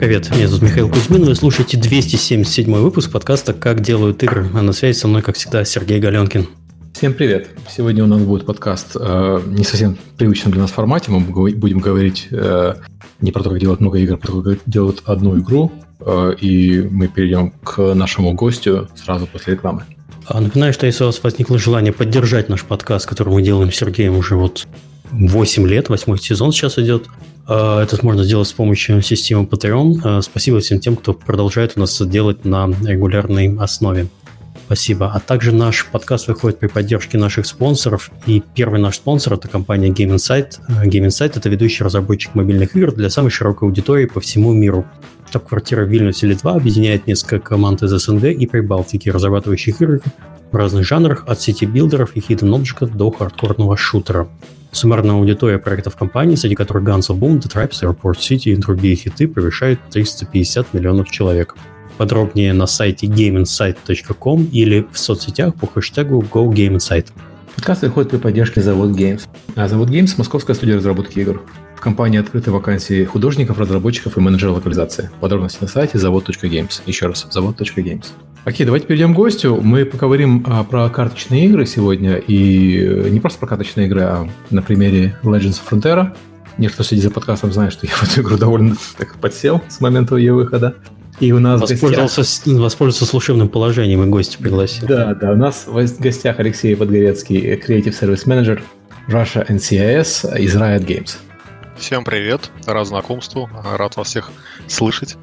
Привет, меня зовут Михаил Кузьмин, вы слушаете 277 выпуск подкаста «Как делают игры», а на связи со мной, как всегда, Сергей Галенкин. Всем привет! Сегодня у нас будет подкаст не совсем привычном для нас формате. Мы будем говорить не про то, как делать много игр, а про то, как делают одну игру. И мы перейдем к нашему гостю сразу после рекламы. Напоминаю, что если у вас возникло желание поддержать наш подкаст, который мы делаем с Сергеем уже 8 лет, 8-й сезон сейчас идет, это можно сделать с помощью системы Patreon. Спасибо всем тем, кто продолжает у нас это делать на регулярной основе. Спасибо. А также наш подкаст выходит при поддержке наших спонсоров. И первый наш спонсор – это компания Game Insight. Game Insight – это ведущий разработчик мобильных игр для самой широкой аудитории по всему миру. Штаб-квартира в Вильнюсе, Литва, объединяет несколько команд из СНГ и Прибалтики, разрабатывающих игры в разных жанрах, от сити-билдеров и hidden objects до хардкорного шутера. Суммарная аудитория проектов компании, среди которых Guns of Boom, The Tribes, Airport City и другие хиты, превышает 350 миллионов человек. Подробнее на сайте gameinsight.com или в соцсетях по хэштегу GoGameInsight. Подкаст выходит при поддержке Завод Games. А Завод Games – московская студия разработки игр. В компании открыты вакансии художников, разработчиков и менеджеров локализации. Подробности на сайте завод.games. Еще раз, завод.games. Окей, давайте перейдем к гостю. Мы поговорим про карточные игры сегодня. И не просто про карточные игры, а на примере Legends of Frontera. Некто, кто следит за подкастом, знает, что я в эту игру довольно так подсел с момента ее выхода. И у нас воспользовался служебным положением и гостя пригласил. Да, у нас в гостях Алексей Подгорецкий, Creative Service Manager Russia and CIS из Riot Games. Всем привет, рад знакомству, рад вас всех слышать.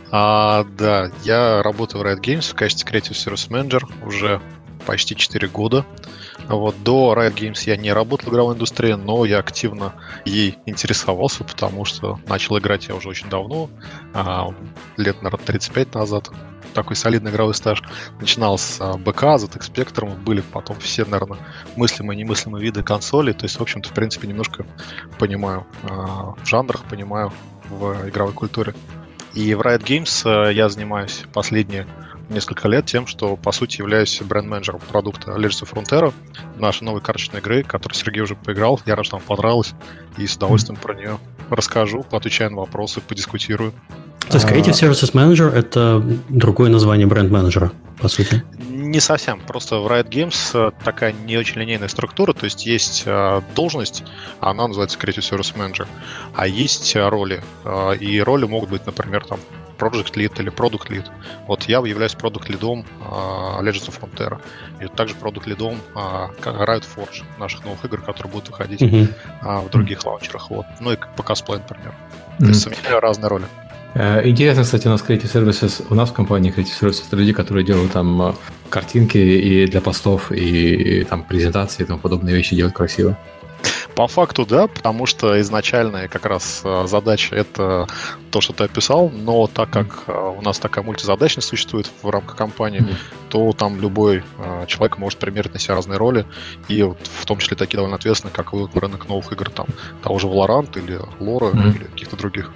Да, я работаю в Riot Games в качестве Creative Service Manager уже почти 4 года. До Riot Games я не работал в игровой индустрии, но я активно ей интересовался, потому что начал играть я уже очень давно, лет, наверное, 35 назад. Такой солидный игровой стаж. Начинал с БК, ZX Spectrum, были потом все, наверное, мыслимые и немыслимые виды консолей. То есть, в общем-то, в принципе, немножко понимаю в жанрах, понимаю в игровой культуре. И в Riot Games я занимаюсь последние несколько лет тем, что, по сути, являюсь бренд-менеджером продукта Legends of Frontera, нашей новой карточной игры, которую Сергей уже поиграл. Я рад, что вам понравилось, и с удовольствием про нее расскажу, поотвечаю на вопросы, подискутирую. То есть Creative Services Manager – это другое название бренд-менеджера, по сути? Не совсем. Просто в Riot Games такая не очень линейная структура, то есть есть должность, она называется Creative Service Manager, а есть роли. И роли могут быть, например, там Project Lead или Product Lead. Я являюсь Product Lead'ом Legends of Frontera. И также Product Lead'ом Riot Forge, наших новых игр, которые будут выходить в других лаунчерах. Ну и ПК-сплей, например. То есть совмещаю разные роли. Интересно, кстати, у нас Creative Services, у нас в компании Creative Services это люди, которые делают там картинки и для постов, и там презентации и тому подобные вещи делают красиво. По факту, да, потому что изначальная как раз задача — это то, что ты описал, но так как у нас такая мультизадачность существует в рамках компании, то там любой человек может примерить на себя разные роли, и в том числе такие довольно ответственные, как рынок новых игр, там, того же Valorant или Lore или каких-то других.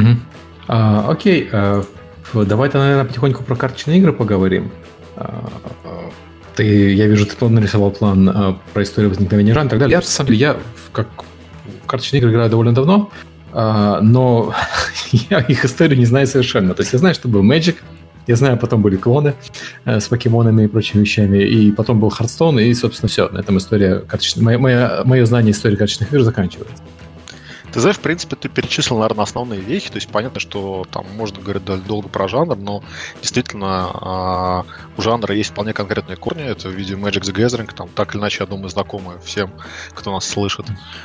Окей, давай-то, наверное, потихоньку про карточные игры поговорим. Я вижу, ты нарисовал план про историю возникновения жанра и так далее. На самом деле, я в карточные игры играю довольно давно, но я их историю не знаю совершенно. То есть я знаю, что был Magic, я знаю, потом были клоны с покемонами и прочими вещами, и потом был Hearthstone, и, собственно, все. На этом история мое знание истории карточных игр заканчивается. Ты знаешь, в принципе, ты перечислил, наверное, основные вехи, то есть понятно, что там можно говорить долго про жанр, но действительно у жанра есть вполне конкретные корни, это в виде Magic the Gathering, там так или иначе, я думаю, знакомые всем, кто нас слышит.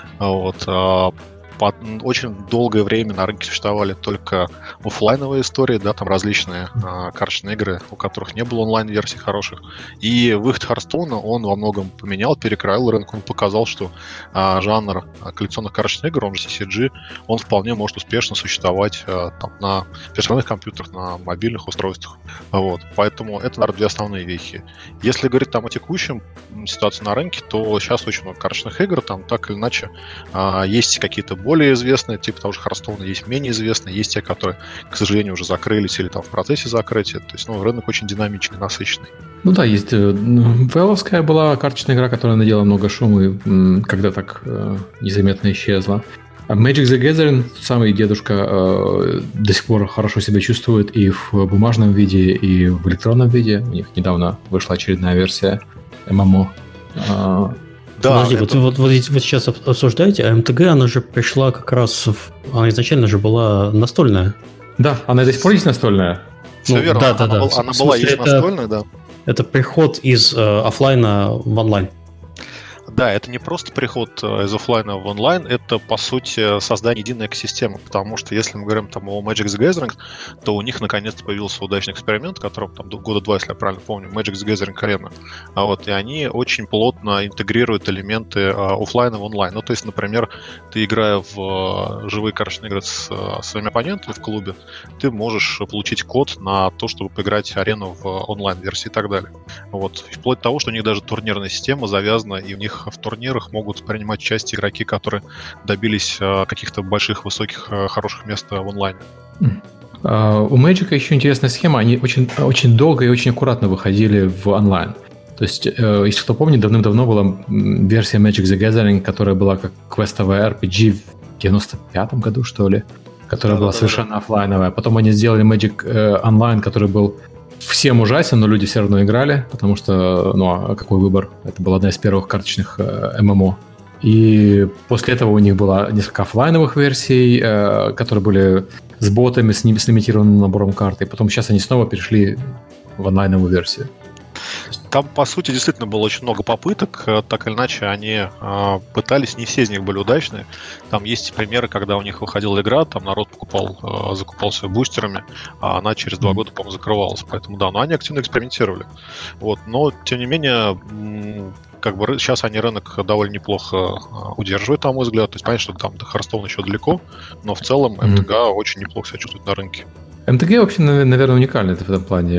Очень долгое время на рынке существовали только офлайновые истории, да, там различные карточные игры, у которых не было онлайн-версий хороших. И выход Hearthstone, он во многом поменял, перекроил рынок, он показал, что жанр коллекционных карточных игр, он же CCG, он вполне может успешно существовать там, на персональных компьютерах, на мобильных устройствах. Поэтому это, наверное, две основные вехи. Если говорить там о текущем ситуации на рынке, то сейчас очень много карточных игр, там так или иначе есть какие-то более известные, типа того же Hearthstone, есть менее известные, есть те, которые, к сожалению, уже закрылись или там в процессе закрытия. То есть, рынок очень динамичный, насыщенный. Ну да, есть Вэловская была карточная игра, которая надела много шума и когда так незаметно исчезла. Magic the Gathering, самый дедушка, до сих пор хорошо себя чувствует и в бумажном виде, и в электронном виде. У них недавно вышла очередная версия ММО. Да, подожди, вот вы сейчас обсуждаете, а МТГ, она же пришла как раз она изначально же была настольная. Да, она до сих пор есть настольная. Все верно, да. Она была есть настольная, да. Это приход из офлайна в онлайн. Да, это не просто приход из офлайна в онлайн, это, по сути, создание единой экосистемы, потому что если мы говорим там о Magic the Gathering, то у них наконец-то появился удачный эксперимент, которым там года 2, если я правильно помню, Magic the Gathering Arena. И они очень плотно интегрируют элементы офлайна в онлайн. Ну, то есть, например, ты, играя в живые карточные игры с своими оппонентами в клубе, ты можешь получить код на то, чтобы поиграть арену в онлайн-версии и так далее. Вплоть до того, что у них даже турнирная система завязана, и у них в турнирах могут принимать участие игроки, которые добились каких-то больших, высоких, хороших мест в онлайне. У Magic еще интересная схема. Они очень, очень долго и очень аккуратно выходили в онлайн. То есть, если кто помнит, давным-давно была версия Magic the Gathering, которая была как квестовая RPG в 95-м году, что ли, которая была совершенно офлайновая. Потом они сделали Magic Online, который был всем ужасен, но люди все равно играли, потому что, а какой выбор? Это была одна из первых карточных ММО. И после этого у них было несколько офлайновых версий, которые были с ботами, с лимитированным набором карт. И потом сейчас они снова перешли в онлайновую версию. Там, по сути, действительно было очень много попыток. Так или иначе, они пытались, не все из них были удачные. Там есть примеры, когда у них выходила игра, там народ закупался бустерами, а она через 2 года, по-моему, закрывалась. Поэтому, да, но они активно экспериментировали. Но, тем не менее, сейчас они рынок довольно неплохо удерживают, на мой взгляд. То есть, понятно, что там до Hearthstone еще далеко, но в целом МТГ очень неплохо себя чувствует на рынке. МТГ вообще, наверное, уникальная в этом плане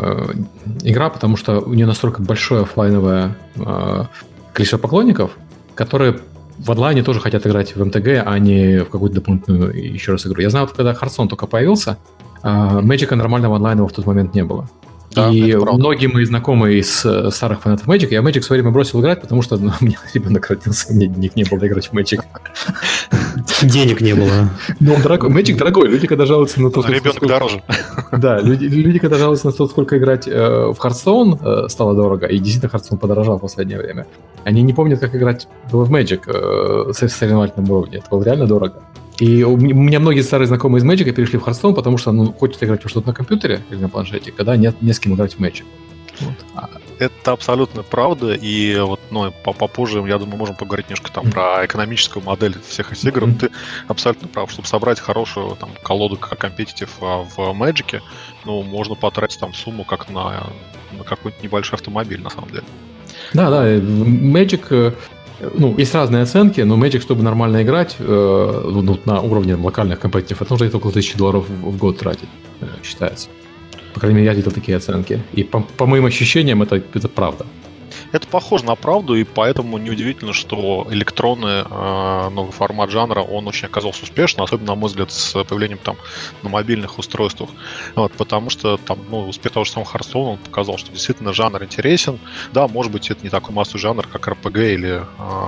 игра, потому что у нее настолько большое офлайновое количество поклонников, которые в онлайне тоже хотят играть в МТГ, а не в какую-то дополнительную еще раз игру. Я знаю, когда Hearthstone только появился, Magic нормального онлайна в тот момент не было. Да, и многие мои знакомые из старых фанатов Magic, я в Magic в свое время бросил играть, потому что у меня ребенок родился, у меня денег не было играть в Magic. Денег не было. Ну, Magic дорогой, люди когда жалуются на то, что... Ребенок дороже. Да, люди когда жалуются на то, сколько играть в Hearthstone стало дорого, и действительно Hearthstone подорожал в последнее время, они не помнят, как играть было в Magic с соревновательном уровне, это было реально дорого. И у меня многие старые знакомые из Magic перешли в Hearthstone, потому что хочет играть во что-то на компьютере или на планшете, когда нет не с кем играть в Magic. Это абсолютно правда, и попозже, я думаю, можем поговорить немножко там про экономическую модель всех этих игр. Ты абсолютно прав, чтобы собрать хорошую колоду компетитив в Magic, можно потратить там сумму как на какой-то небольшой автомобиль, на самом деле. Да, Magic... есть разные оценки, но Magic, чтобы нормально играть на уровне локальных компетитивов, это нужно около $1000 в год тратить, считается. По крайней мере, я видел такие оценки. И по моим ощущениям, это правда. Это похоже на правду, и поэтому неудивительно, что электронный новый формат жанра, он очень оказался успешным, особенно, на мой взгляд, с появлением на мобильных устройствах. Потому что успех того же самого Hearthstone, он показал, что действительно жанр интересен. Да, может быть, это не такой массовый жанр, как RPG или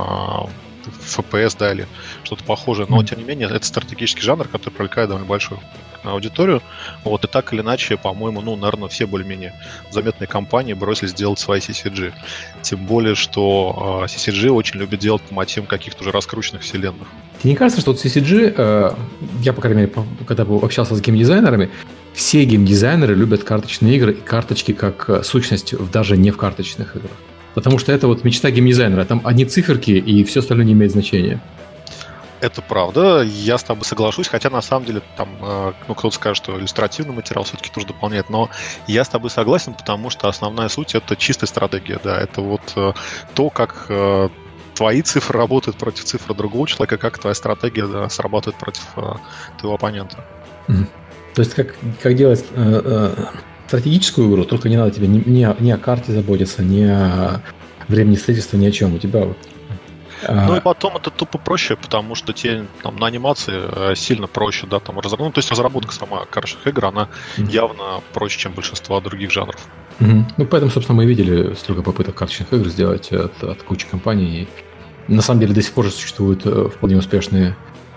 FPS, да, или что-то похожее, но, тем не менее, это стратегический жанр, который привлекает довольно большую аудиторию. И так или иначе, по-моему, наверное, все более-менее заметные компании бросились делать свои CCG. Тем более, что CCG очень любят делать по мотивам каких-то уже раскрученных вселенных. Тебе не кажется, что CCG, я, по крайней мере, когда общался с геймдизайнерами, все геймдизайнеры любят карточные игры и карточки как сущность даже не в карточных играх? Потому что это мечта геймдизайнера. Там одни циферки, и все остальное не имеет значения. Это правда, я с тобой соглашусь, хотя на самом деле там, кто-то скажет, что иллюстративный материал все-таки тоже дополняет, но я с тобой согласен, потому что основная суть — это чистая стратегия, да, это то, как твои цифры работают против цифр другого человека, как твоя стратегия срабатывает против твоего оппонента. То есть как делать стратегическую игру, только не надо тебе ни о карте заботиться, ни о времени строительства, ни о чем. У тебя и потом это тупо проще, потому что тебе на анимации сильно проще, да, там разработка. То есть разработка сама карточных игр, она явно проще, чем большинство других жанров. Поэтому, собственно, мы видели столько попыток карточных игр сделать от кучи компаний. И на самом деле до сих пор же существуют вполне успешные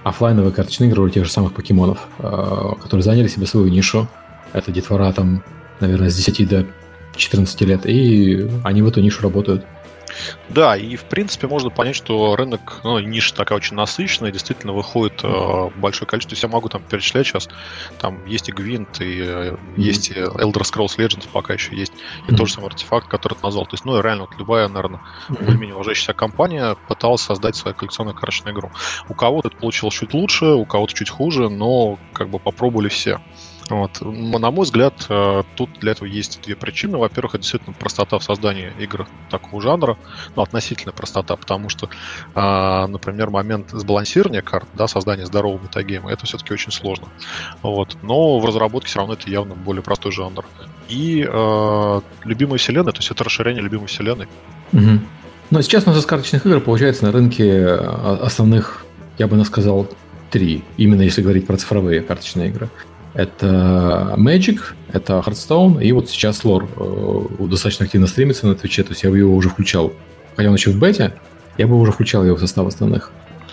оффлайновые карточные игры у тех же самых покемонов, которые заняли себе свою нишу. Это детвора там, наверное, с 10 до 14 лет, и они в эту нишу работают. Да, и в принципе можно понять, что рынок, ниша такая очень насыщенная, действительно выходит большое количество. То есть я могу там перечислять сейчас, там есть и Гвинт, и есть и Elder Scrolls Legends пока еще есть, и тот же самый артефакт, который ты назвал. То есть, реально, вот любая, наверное, более-менее уважающаяся компания пыталась создать свою коллекционную карточную игру. У кого-то это получилось чуть лучше, у кого-то чуть хуже, но как бы попробовали все. Вот. На мой взгляд, тут для этого есть две причины. Во-первых, это действительно простота в создании игр такого жанра, относительная простота, потому что, например, момент сбалансирования карт, создания здорового метагейма, это все-таки очень сложно. Вот. Но в разработке все равно это явно более простой жанр. И любимая вселенная, то есть это расширение любимой вселенной. Угу. Но сейчас у нас из карточных игр получается на рынке основных, я бы сказал, 3, именно если говорить про цифровые карточные игры. Это Magic, это Hearthstone, и вот сейчас Lore достаточно активно стримится на Твиче, то есть я бы его уже включал. Хотя он еще в бете, я бы уже включал его в состав основных.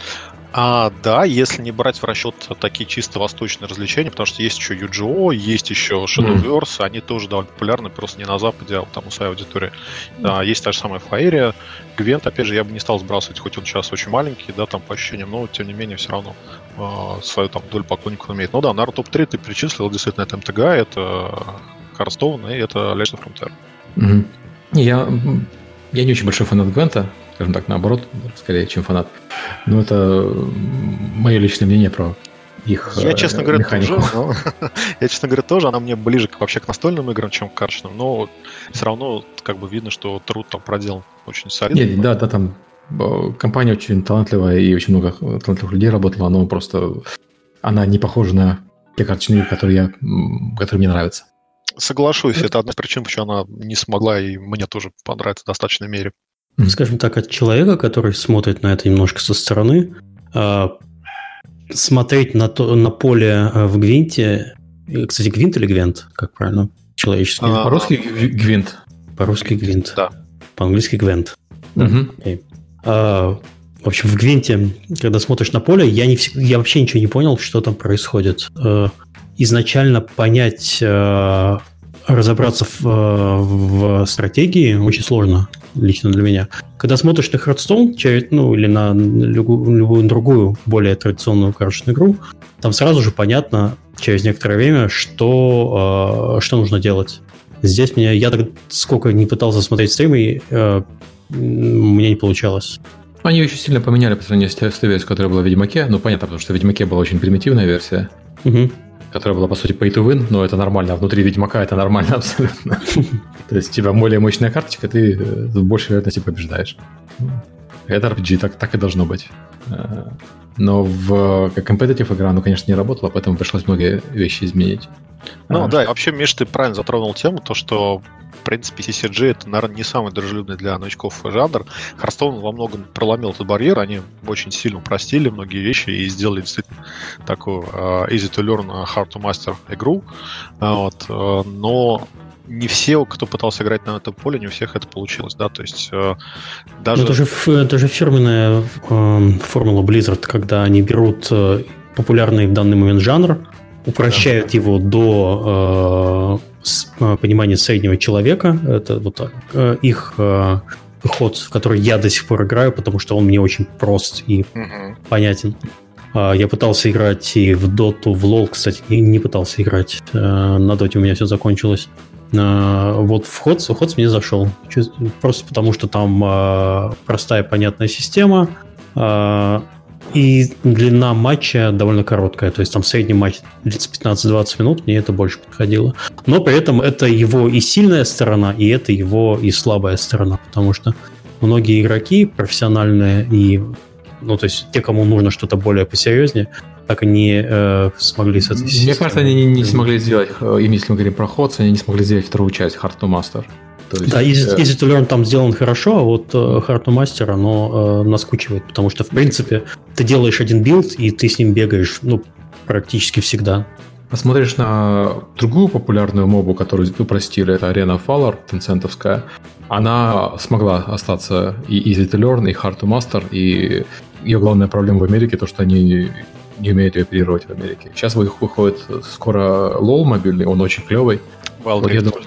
Да, если не брать в расчет такие чисто восточные развлечения, потому что есть еще Yu-Gi-Oh!, есть еще Shadowverse, они тоже довольно популярны, просто не на Западе, а вот там у своей аудитории. Есть та же самая Фаерия, Гвент, опять же, я бы не стал сбрасывать, хоть он сейчас очень маленький, там по ощущениям, но тем не менее все равно свою там долю поклонников имеет. Наверное, топ-3 ты перечислил, действительно, это МТГ, это Hearthstone и это Legends of Frontier. Я не очень большой фанат Гвента, скажем так, наоборот, скорее, чем фанат. Но это мое личное мнение про их Я, честно говоря, механику. тоже, она мне ближе вообще к настольным играм, чем к карточным, но все равно как бы видно, что труд там проделан очень солидный. Да, там компания очень талантливая, и очень много талантливых людей работало, но просто она не похожа на те карточные игры, которые мне нравятся. Соглашусь, это одна из причин, почему она не смогла и мне тоже понравиться в достаточной мере. Скажем так, от человека, который смотрит на это немножко со стороны, смотреть на поле в Гвинте... Кстати, Гвинт или Гвент, как правильно? Человеческий. По-русски Гвинт. По-русски Гвинт. Да. По-английски Гвент. Okay. В общем, в Гвинте, когда смотришь на поле, я вообще ничего не понял, что там происходит. Изначально понять, разобраться в стратегии очень сложно, лично для меня. Когда смотришь на Hearthstone, или на любую другую, более традиционную карточную игру, там сразу же понятно через некоторое время, что нужно делать. Здесь я так сколько не пытался смотреть стримы, у меня не получалось. Они очень сильно поменяли по сравнению с той версией, которая была в Ведьмаке. Понятно, потому что в Ведьмаке была очень примитивная версия, которая была, по сути, pay to win, но это нормально. А внутри Ведьмака это нормально абсолютно. То есть у тебя более мощная карточка, ты с большей вероятностью побеждаешь. Это RPG, так и должно быть. Но как competitive игра, конечно, не работала, поэтому пришлось многие вещи изменить. Да, и вообще, Миш, ты правильно затронул тему, то, что в принципе, CCG это, наверное, не самый дружелюбный для новичков жанр. Hearthstone во многом проломил этот барьер, они очень сильно упростили многие вещи и сделали действительно такую easy to learn, hard to master игру. Но не все, кто пытался играть на этом поле, не у всех это получилось, да, то есть даже... Это же фирменная формула Blizzard, когда они берут популярный в данный момент жанр, упрощают его до понимания среднего человека. Это вот их ход, в который я до сих пор играю, потому что он мне очень прост и понятен. Я пытался играть и в Доту, в LoL, кстати, не пытался играть. На Доте у меня все закончилось. Вот в Ходс мне зашел. Просто потому, что там простая, понятная система. И длина матча довольно короткая. То есть там средний матч длится 15-20 минут, мне это больше подходило. Но при этом это его и сильная сторона, и это его и слабая сторона. Потому что многие игроки профессиональные, то есть те, кому нужно что-то более посерьезнее, так и не смогли с этой системой. Мне кажется, они не смогли сделать, если мы говорим про Ходс, они не смогли сделать вторую часть, Hard to Master. Да, Easy to Learn там сделан хорошо, а вот Hard to Master, оно наскучивает, потому что, в принципе, ты делаешь один билд, и ты с ним бегаешь, практически всегда. Посмотришь на другую популярную мобу, которую упростили, это Arena of Valor, тенцентовская. Она смогла остаться и Easy to Learn, и Hard to Master, и ее главная проблема в Америке то, что они не умеют ее оперировать в Америке. Сейчас выходит скоро LoL мобильный, он очень клевый. Вот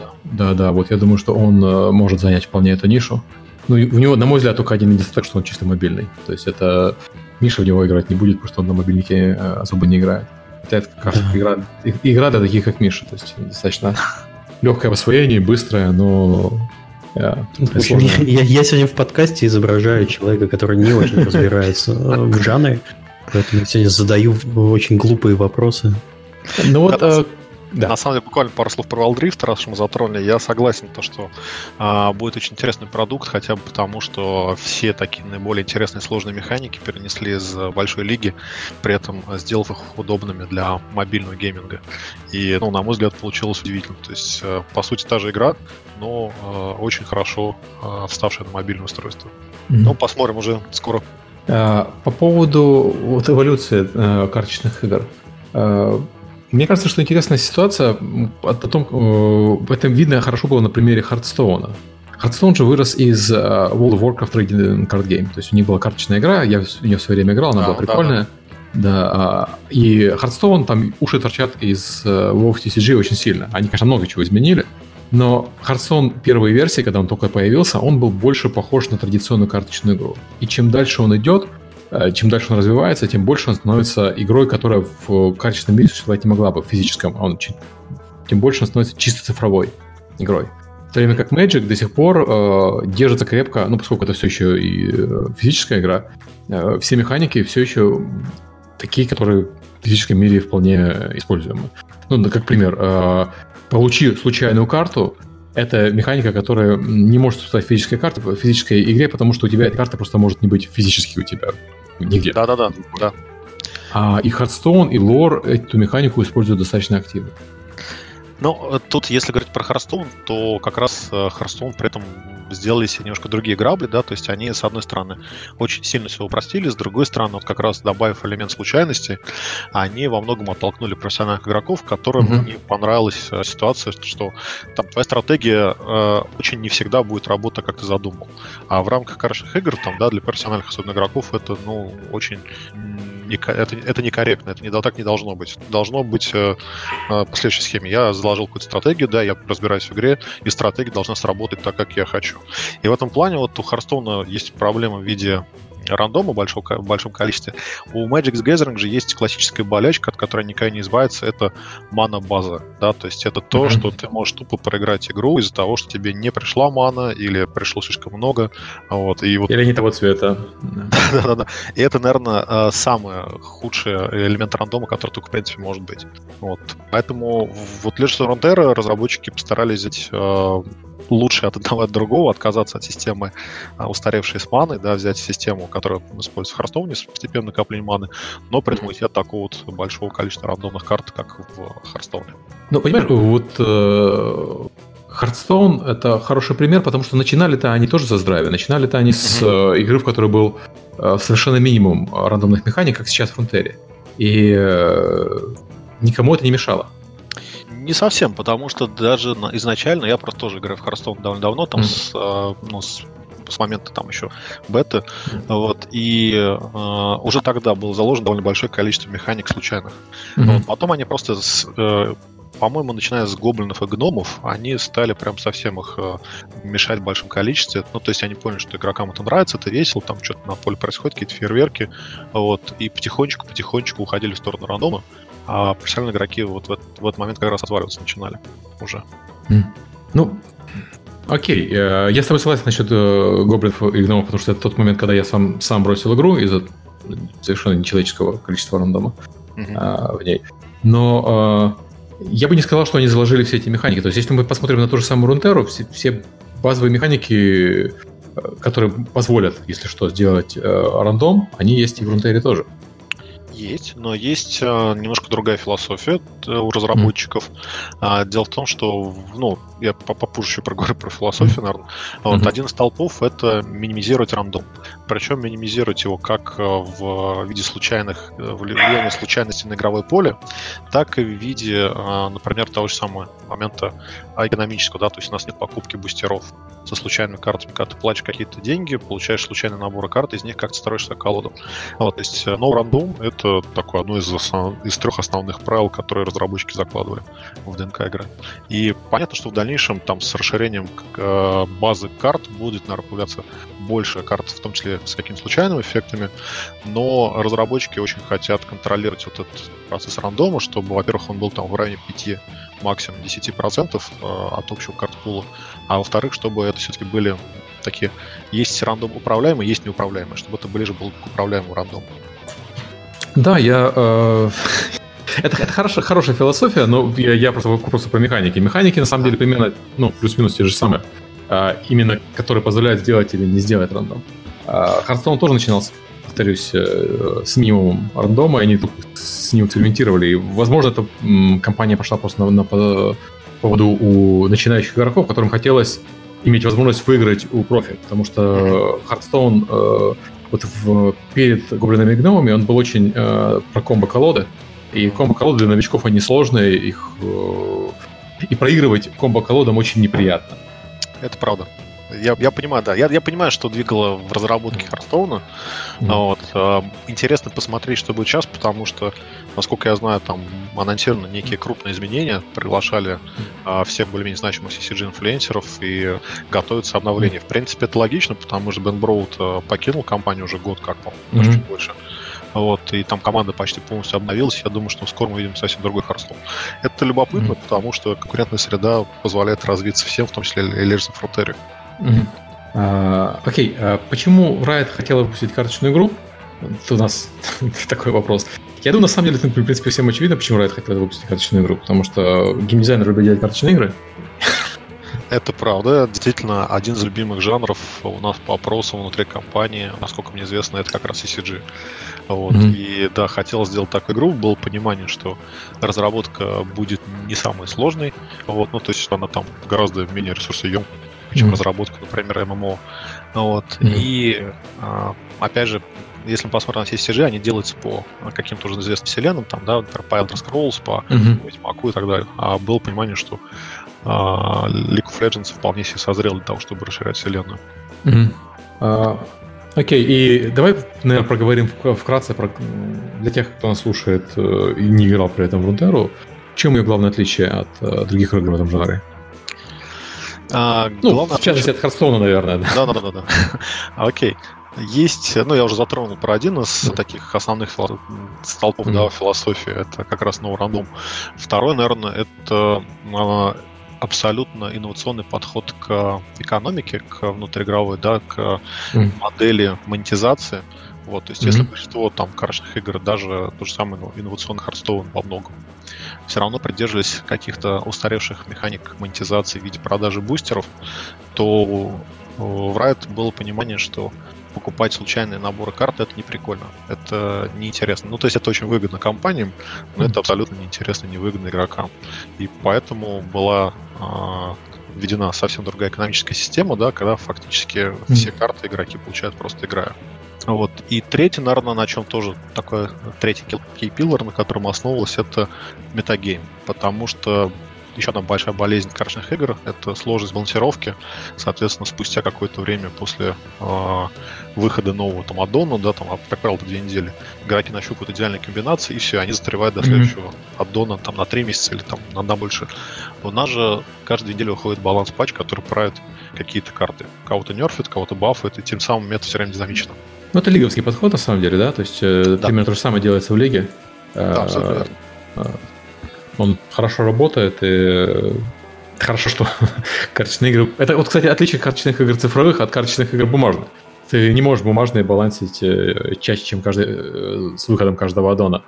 я думаю, что он может занять вполне эту нишу. Ну, у него, на мой взгляд, только один недостаток, что он чисто мобильный. То есть это Миша в него играть не будет, потому что он на мобильнике особо не играет. Это, кажется, игра для таких, как Миша. То есть достаточно легкое в освоении, быстрое, но... Я сегодня в подкасте изображаю человека, который не очень разбирается в жанре, поэтому я сегодня задаю очень глупые вопросы. Ну вот... Да. На самом деле, буквально пару слов про Wild Rift, раз уж мы затронули. Я согласен, что будет очень интересный продукт, хотя бы потому, что все такие наиболее интересные сложные механики перенесли из большой лиги, при этом сделав их удобными для мобильного гейминга. И, на мой взгляд, получилось удивительно. То есть, по сути, та же игра, но очень хорошо вставшая на мобильное устройство. Ну, посмотрим уже скоро. По поводу эволюции карточных игр. Мне кажется, что интересная ситуация, это видно хорошо было на примере Hearthstone. Hearthstone же вырос из World of Warcraft Trading Card Game. То есть у них была карточная игра, я в нее в свое время играл, она была прикольная. Да, и Hearthstone, там уши торчат из WoW TCG очень сильно. Они, конечно, много чего изменили, но Hearthstone первой версии, когда он только появился, он был больше похож на традиционную карточную игру. И чем дальше он идет, чем дальше он развивается, тем больше он становится игрой, которая в качественном мире существовать не могла бы, в физическом. Тем больше он становится чисто цифровой игрой. В то время как Magic до сих пор держится крепко, поскольку это все еще и физическая игра, все механики все еще такие, которые в физическом мире вполне используемы. Как пример, получи случайную карту, это механика, которая не может стать в физической игре, потому что у тебя эта карта просто может не быть физически у тебя нигде. Да. И Hearthstone, и Lore эту механику используют достаточно активно. Тут, если говорить про Hearthstone, то как раз Hearthstone при этом сделали себе немножко другие грабли, да, то есть они, с одной стороны, очень сильно все упростили, с другой стороны, как раз добавив элемент случайности, они во многом оттолкнули профессиональных игроков, которым не понравилась ситуация, что там твоя стратегия очень не всегда будет работать, как ты задумал. А в рамках карточных игр, для профессиональных особенно игроков, это, очень... Это некорректно, так не должно быть. Должно быть по следующей схеме. Я заложил какую-то стратегию, я разбираюсь в игре, и стратегия должна сработать так, как я хочу. И в этом плане у Hearthstone есть проблема в виде рандома в большом количестве. У Magic the Gathering же есть классическая болячка, от которой никогда не избавиться, это мана-база. Да? То есть это то, что ты можешь тупо проиграть игру из-за того, что тебе не пришла мана или пришло слишком много. Или не того цвета. Да. И это, наверное, самый худший элемент рандома, который только, в принципе, может быть. Поэтому в Legends of Runeterra разработчики постарались взять лучше от одного от другого, отказаться от системы устаревшей с маной, взять систему, которую используется в Hearthstone с постепенным накоплением маны, но при этом уйти от такого большого количества рандомных карт, как в Hearthstone. Понимаешь, Hearthstone — это хороший пример, потому что начинали-то они тоже за здравие. Начинали-то они с игры, в которой был совершенно минимум рандомных механик, как сейчас в Runeterra. И никому это не мешало. Не совсем, потому что даже изначально я просто тоже играю в Hearthstone довольно давно, с момента еще беты, и уже тогда было заложено довольно большое количество механик случайных. Потом они просто, по-моему, начиная с гоблинов и гномов, они стали прям совсем их мешать в большом количестве. То есть они поняли, что игрокам это нравится, это весело, там что-то на поле происходит, какие-то фейерверки, и потихонечку уходили в сторону рандома. А профессиональные игроки в этот момент как раз отваливаться начинали уже. Окей. Я с тобой согласен насчет гоблинов и гномов, потому что это тот момент, когда я сам бросил игру из-за совершенно нечеловеческого количества рандома в ней. Но я бы не сказал, что они заложили все эти механики. То есть, если мы посмотрим на ту же самую Runeterra, все базовые механики, которые позволят, если что, сделать рандом, они есть и в Runeterra тоже. Есть, но есть немножко другая философия у разработчиков. Дело в том, что, я попозже еще проговорю про философию, наверное. Один из столпов — это минимизировать рандом. Причем минимизировать его как в виде влияния случайности на игровое поле, так и в виде, например, того же самого момента экономического. То есть у нас нет покупки бустеров со случайными картами. Когда ты платишь какие-то деньги, получаешь случайный набор карт, из них как-то строишь свою колоду. То есть no random — это это такое одно из 3 основных правил, которые разработчики закладывали в ДНК игры. И понятно, что в дальнейшем там с расширением базы карт будет, наверное, появляться больше карт, в том числе с какими-то случайными эффектами, но разработчики очень хотят контролировать вот этот процесс рандома, чтобы, во-первых, он был там в районе 5, максимум 10% от общего карт-пула, а во-вторых, чтобы это все-таки были такие, есть рандом управляемые, есть неуправляемые, чтобы это ближе было к управляемому рандому. Да, это хорошая философия, но я просто вопрос про механики. Механики, на самом деле, примерно, плюс-минус те же самые. Именно которые позволяют сделать или не сделать рандом. Hearthstone тоже начинался, повторюсь, с минимумом рандома, и они тут с ним экспериментировали. И, возможно, эта компания пошла просто на поводу у начинающих игроков, которым хотелось иметь возможность выиграть у профи, потому что Hearthstone перед гоблинами и гномами он был очень про комбо-колоды, и комбо-колоды для новичков они сложные, и проигрывать комбо-колодам очень неприятно. Это правда. Я понимаю, да. Я понимаю, что двигало в разработке Hearthstone. Интересно посмотреть, что будет сейчас, потому что, насколько я знаю, там анонсированы некие крупные изменения, приглашали всех более-менее значимых CCG-инфлюенсеров и готовится обновление. В принципе, это логично, потому что Бен Броуд покинул компанию уже год как, может, чуть больше. И там команда почти полностью обновилась. Я думаю, что скоро мы увидим совсем другой Hearthstone. Это любопытно, потому что конкурентная среда позволяет развиться всем, в том числе и Legends of Runeterra. Окей, почему Riot хотела выпустить карточную игру? Это у нас такой вопрос. Я думаю, на самом деле, в принципе, всем очевидно, почему Riot хотела выпустить карточную игру. Потому что геймдизайнеры любят делать карточные игры. Это правда. Действительно, один из любимых жанров у нас по опросам внутри компании, насколько мне известно, это как раз CCG. И да, хотел сделать такую игру. Было понимание, что разработка будет не самой сложной. То есть она там гораздо менее ресурсоемкая, чем разработка, например, ММО. И опять же, если мы посмотрим на CCG, они делаются по каким-то уже известным вселенным, там, да, по Elder Scrolls, по Ведьмаку и так далее. А было понимание, что League of Legends вполне себе созрел для того, чтобы расширять вселенную. Окей, и давай, наверное, проговорим вкратце для тех, кто нас слушает и не играл при этом в Runeterra, в чем ее главное отличие от других игр в этом жанре? В частности, от Hearthstone, наверное. Да. Окей. Есть, я уже затронул про один из таких основных столпов философии, это как раз No Random. Второй, наверное, это абсолютно инновационный подход к экономике, к внутриигровой, да, к модели монетизации. То есть, если большинство там карточных игр, даже то же самое инновационный Hearthstone во многом, все равно придерживались каких-то устаревших механик монетизации в виде продажи бустеров, то в Riot было понимание, что покупать случайные наборы карт — это не прикольно, это неинтересно. То есть это очень выгодно компаниям, но это абсолютно неинтересно, невыгодно игрокам. И поэтому была введена совсем другая экономическая система, да, когда фактически все карты игроки получают просто играя. И третий, наверное, на чем тоже такой третий key-pillar, на котором основывалось, это метагейм. Потому что еще одна большая болезнь карточных игр — это сложность балансировки. Соответственно, спустя какое-то время после выхода нового аддона, да, там, как правило, 2 недели, игроки нащупывают идеальные комбинации, и все, они застревают до следующего аддона там, на 3 месяца или там, на больше. У нас же каждую неделю выходит баланс-патч, который правит какие-то карты. Кого-то нерфит, кого-то бафает, и тем самым это все время динамично. Это лиговский подход, на самом деле, да? То есть примерно то же самое делается в лиге. Да, абсолютно верно. Он хорошо работает, и хорошо, что карточные игры... Это, кстати, отличие карточных игр цифровых от карточных игр бумажных. Ты не можешь бумажные балансить чаще, чем с выходом каждого аддона.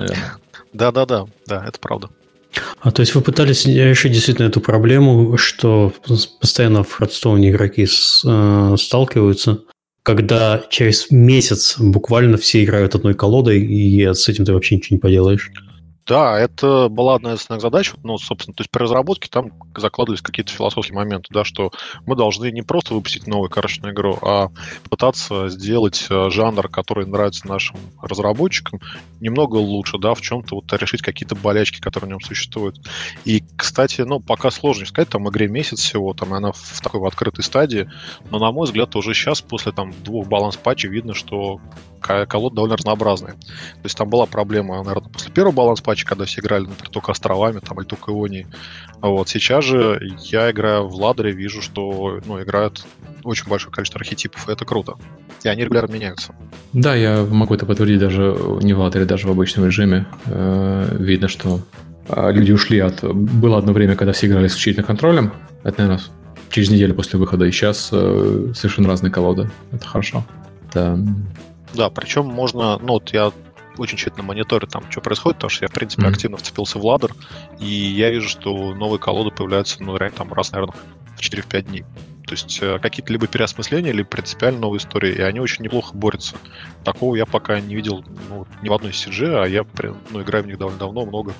Да, это правда. То есть вы пытались решить действительно эту проблему, что постоянно в Hearthstone игроки сталкиваются, когда через месяц буквально все играют одной колодой, и с этим ты вообще ничего не поделаешь. Да, это была одна из основных задач. Собственно, то есть при разработке там закладывались какие-то философские моменты, да, что мы должны не просто выпустить новую карточную игру, а пытаться сделать жанр, который нравится нашим разработчикам, немного лучше, да, в чем-то решить какие-то болячки, которые в нем существуют. И, кстати, пока сложно сказать, там игре месяц всего, там она в такой открытой стадии, но, на мой взгляд, уже сейчас, после 2 баланс-патчей, видно, что колоды довольно разнообразные. То есть там была проблема, наверное, после первого баланс-патча, когда все играли, например, только островами там, или только ионией. Вот. Сейчас же я играю в ладере, вижу, что играют очень большое количество архетипов, и это круто. И они регулярно меняются. Да, я могу это подтвердить даже не в ладере, даже в обычном режиме. Видно, что люди ушли от... Было одно время, когда все играли исключительно контролем. Это, наверное, через неделю после выхода. И сейчас совершенно разные колоды. Это хорошо. Да, причем можно... я очень тщательно мониторю там, что происходит, потому что я, в принципе, активно вцепился в ладер, и я вижу, что новые колоды появляются, реально, там, раз, наверное, в 4-5 дней. То есть какие-то либо переосмысления, либо принципиально новые истории, и они очень неплохо борются. Такого я пока не видел ни в одной CG, а я играю в них довольно давно, много.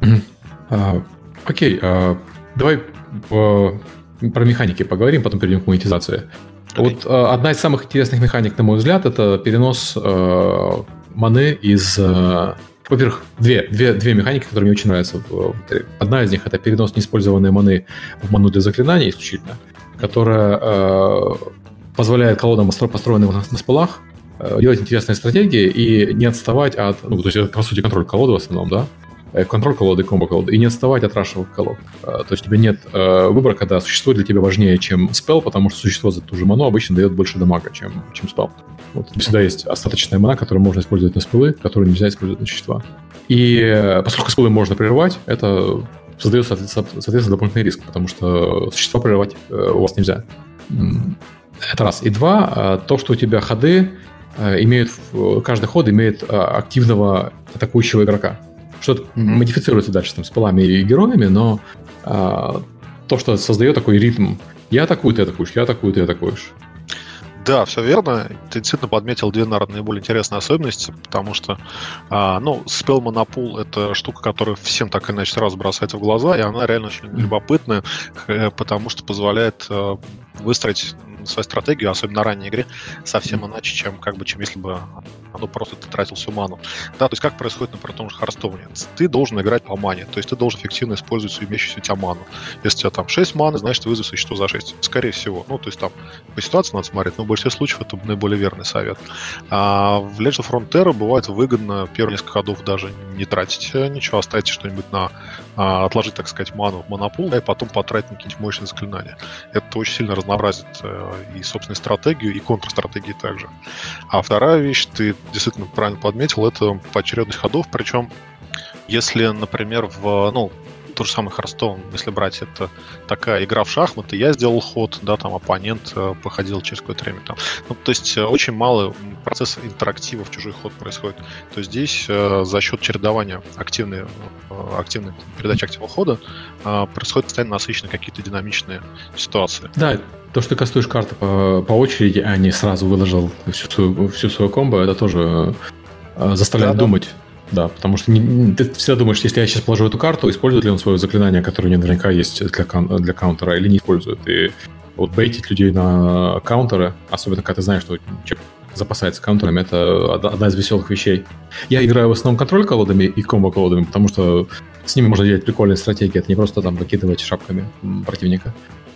Окей, давай про механики поговорим, потом перейдем к монетизации. Вот одна из самых интересных механик, на мой взгляд, это перенос маны из... Во-первых, две механики, которые мне очень нравятся. Одна из них — это перенос неиспользованной маны в ману для заклинаний исключительно, которая позволяет колодам, построенным на спелах, делать интересные стратегии и не отставать от... то есть это, по сути, контроль колоды в основном, да? Контроль колоды, комбо колоды, и не отставать от рашевых колод. То есть у тебя нет выбора, когда существо для тебя важнее, чем спел, потому что существо за ту же ману обычно дает больше дамага, чем спел. Всегда есть остаточная мана, которую можно использовать на спелы, которую нельзя использовать на существа. И поскольку спелы можно прерывать, это создает, соответственно, дополнительный риск, потому что существа прерывать у вас нельзя. Это раз. И два, то, что у тебя ходы каждый ход имеет активного атакующего игрока. Что-то модифицируется дальше там, с спелами и героями, но то, что создает такой ритм: я атакую, ты атакуешь, я атакую, ты атакуешь. Да, все верно. Ты действительно подметил две, наверное, наиболее интересные особенности, потому что, Spell Monopool — это штука, которая всем так или иначе сразу бросается в глаза, и она реально очень любопытная, потому что позволяет выстроить свою стратегию, особенно на ранней игре, совсем иначе, чем если бы просто ты тратил всю ману. Да, то есть как происходит, например, в том же Харстоуне. Ты должен играть по мане, то есть ты должен эффективно использовать свою имеющуюся у тебя ману. Если у тебя там 6 маны, значит, вызови существо за 6. Скорее всего. То есть там по ситуации надо смотреть, но в большинстве случаев это наиболее верный совет. А в Legend of Frontera бывает выгодно первые несколько ходов даже не тратить ничего, оставить что-нибудь отложить, так сказать, ману в монопул, и потом потратить на какие-нибудь мощные заклинания. Это очень сильно разнообразит и собственную стратегию, и контрстратегии также. А вторая вещь, ты действительно правильно подметил, это поочередность ходов, причем если, например, тот же самый Hearthstone, если брать, это такая игра в шахматы, я сделал ход, да, там оппонент походил через какое-то время. То есть очень мало процесса интерактива в чужой ход происходит. То есть здесь за счет чередования активной передачи активного хода происходит постоянно насыщенные какие-то динамичные ситуации. Да, то, что ты кастуешь карты по очереди, а не сразу выложил всю свою комбо, это тоже заставляет думать. Да, потому что ты всегда думаешь, если я сейчас положу эту карту, использует ли он свое заклинание, которое у него наверняка есть для каунтера, или не использует. И бейтить людей на каунтеры, особенно когда ты знаешь, что человек запасается каунтерами, это одна из веселых вещей. Я играю в основном контроль-колодами и комбо-колодами, потому что с ними можно делать прикольные стратегии. Это не просто там выкидывать шапками противника.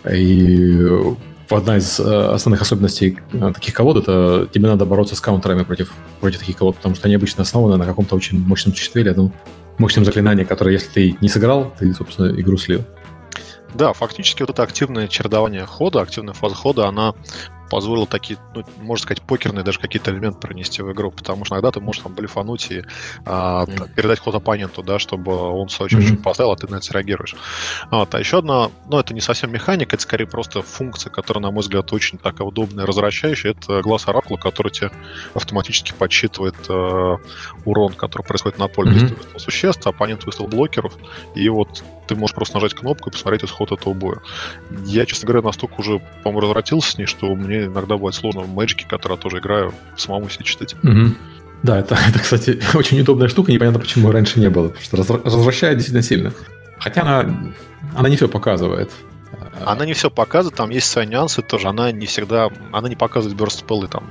И одна из основных особенностей таких колод — это тебе надо бороться с каунтерами против таких колод, потому что они обычно основаны на каком-то очень мощном существе или одном мощном заклинании, которое, если ты не сыграл, ты, собственно, игру слил. Да, фактически это активное чередование хода, активная фаза хода, она позволила такие, можно сказать, покерные даже какие-то элементы принести в игру, потому что иногда ты можешь там блефануть и передать ход оппоненту, да, чтобы он в свою очередь поставил, а ты на это реагируешь. А еще одна, это не совсем механика, это скорее просто функция, которая, на мой взгляд, очень такая удобная, возвращающая. Это глаз оракула, который тебе автоматически подсчитывает урон, который происходит на поле. То есть ты выставил существ, оппонент выставил блокеров, и ты можешь просто нажать кнопку и посмотреть исход этого боя. Я, честно говоря, настолько уже, по-моему, развратился с ней, что мне иногда бывает сложно в Мэджике, который я тоже играю, самому себе читать. Да, это, кстати, очень удобная штука, непонятно, почему раньше не было, потому что развращает действительно сильно. Хотя она не все показывает. Она не все показывает, там есть свои нюансы тоже, она не показывает бёрст-спеллы там.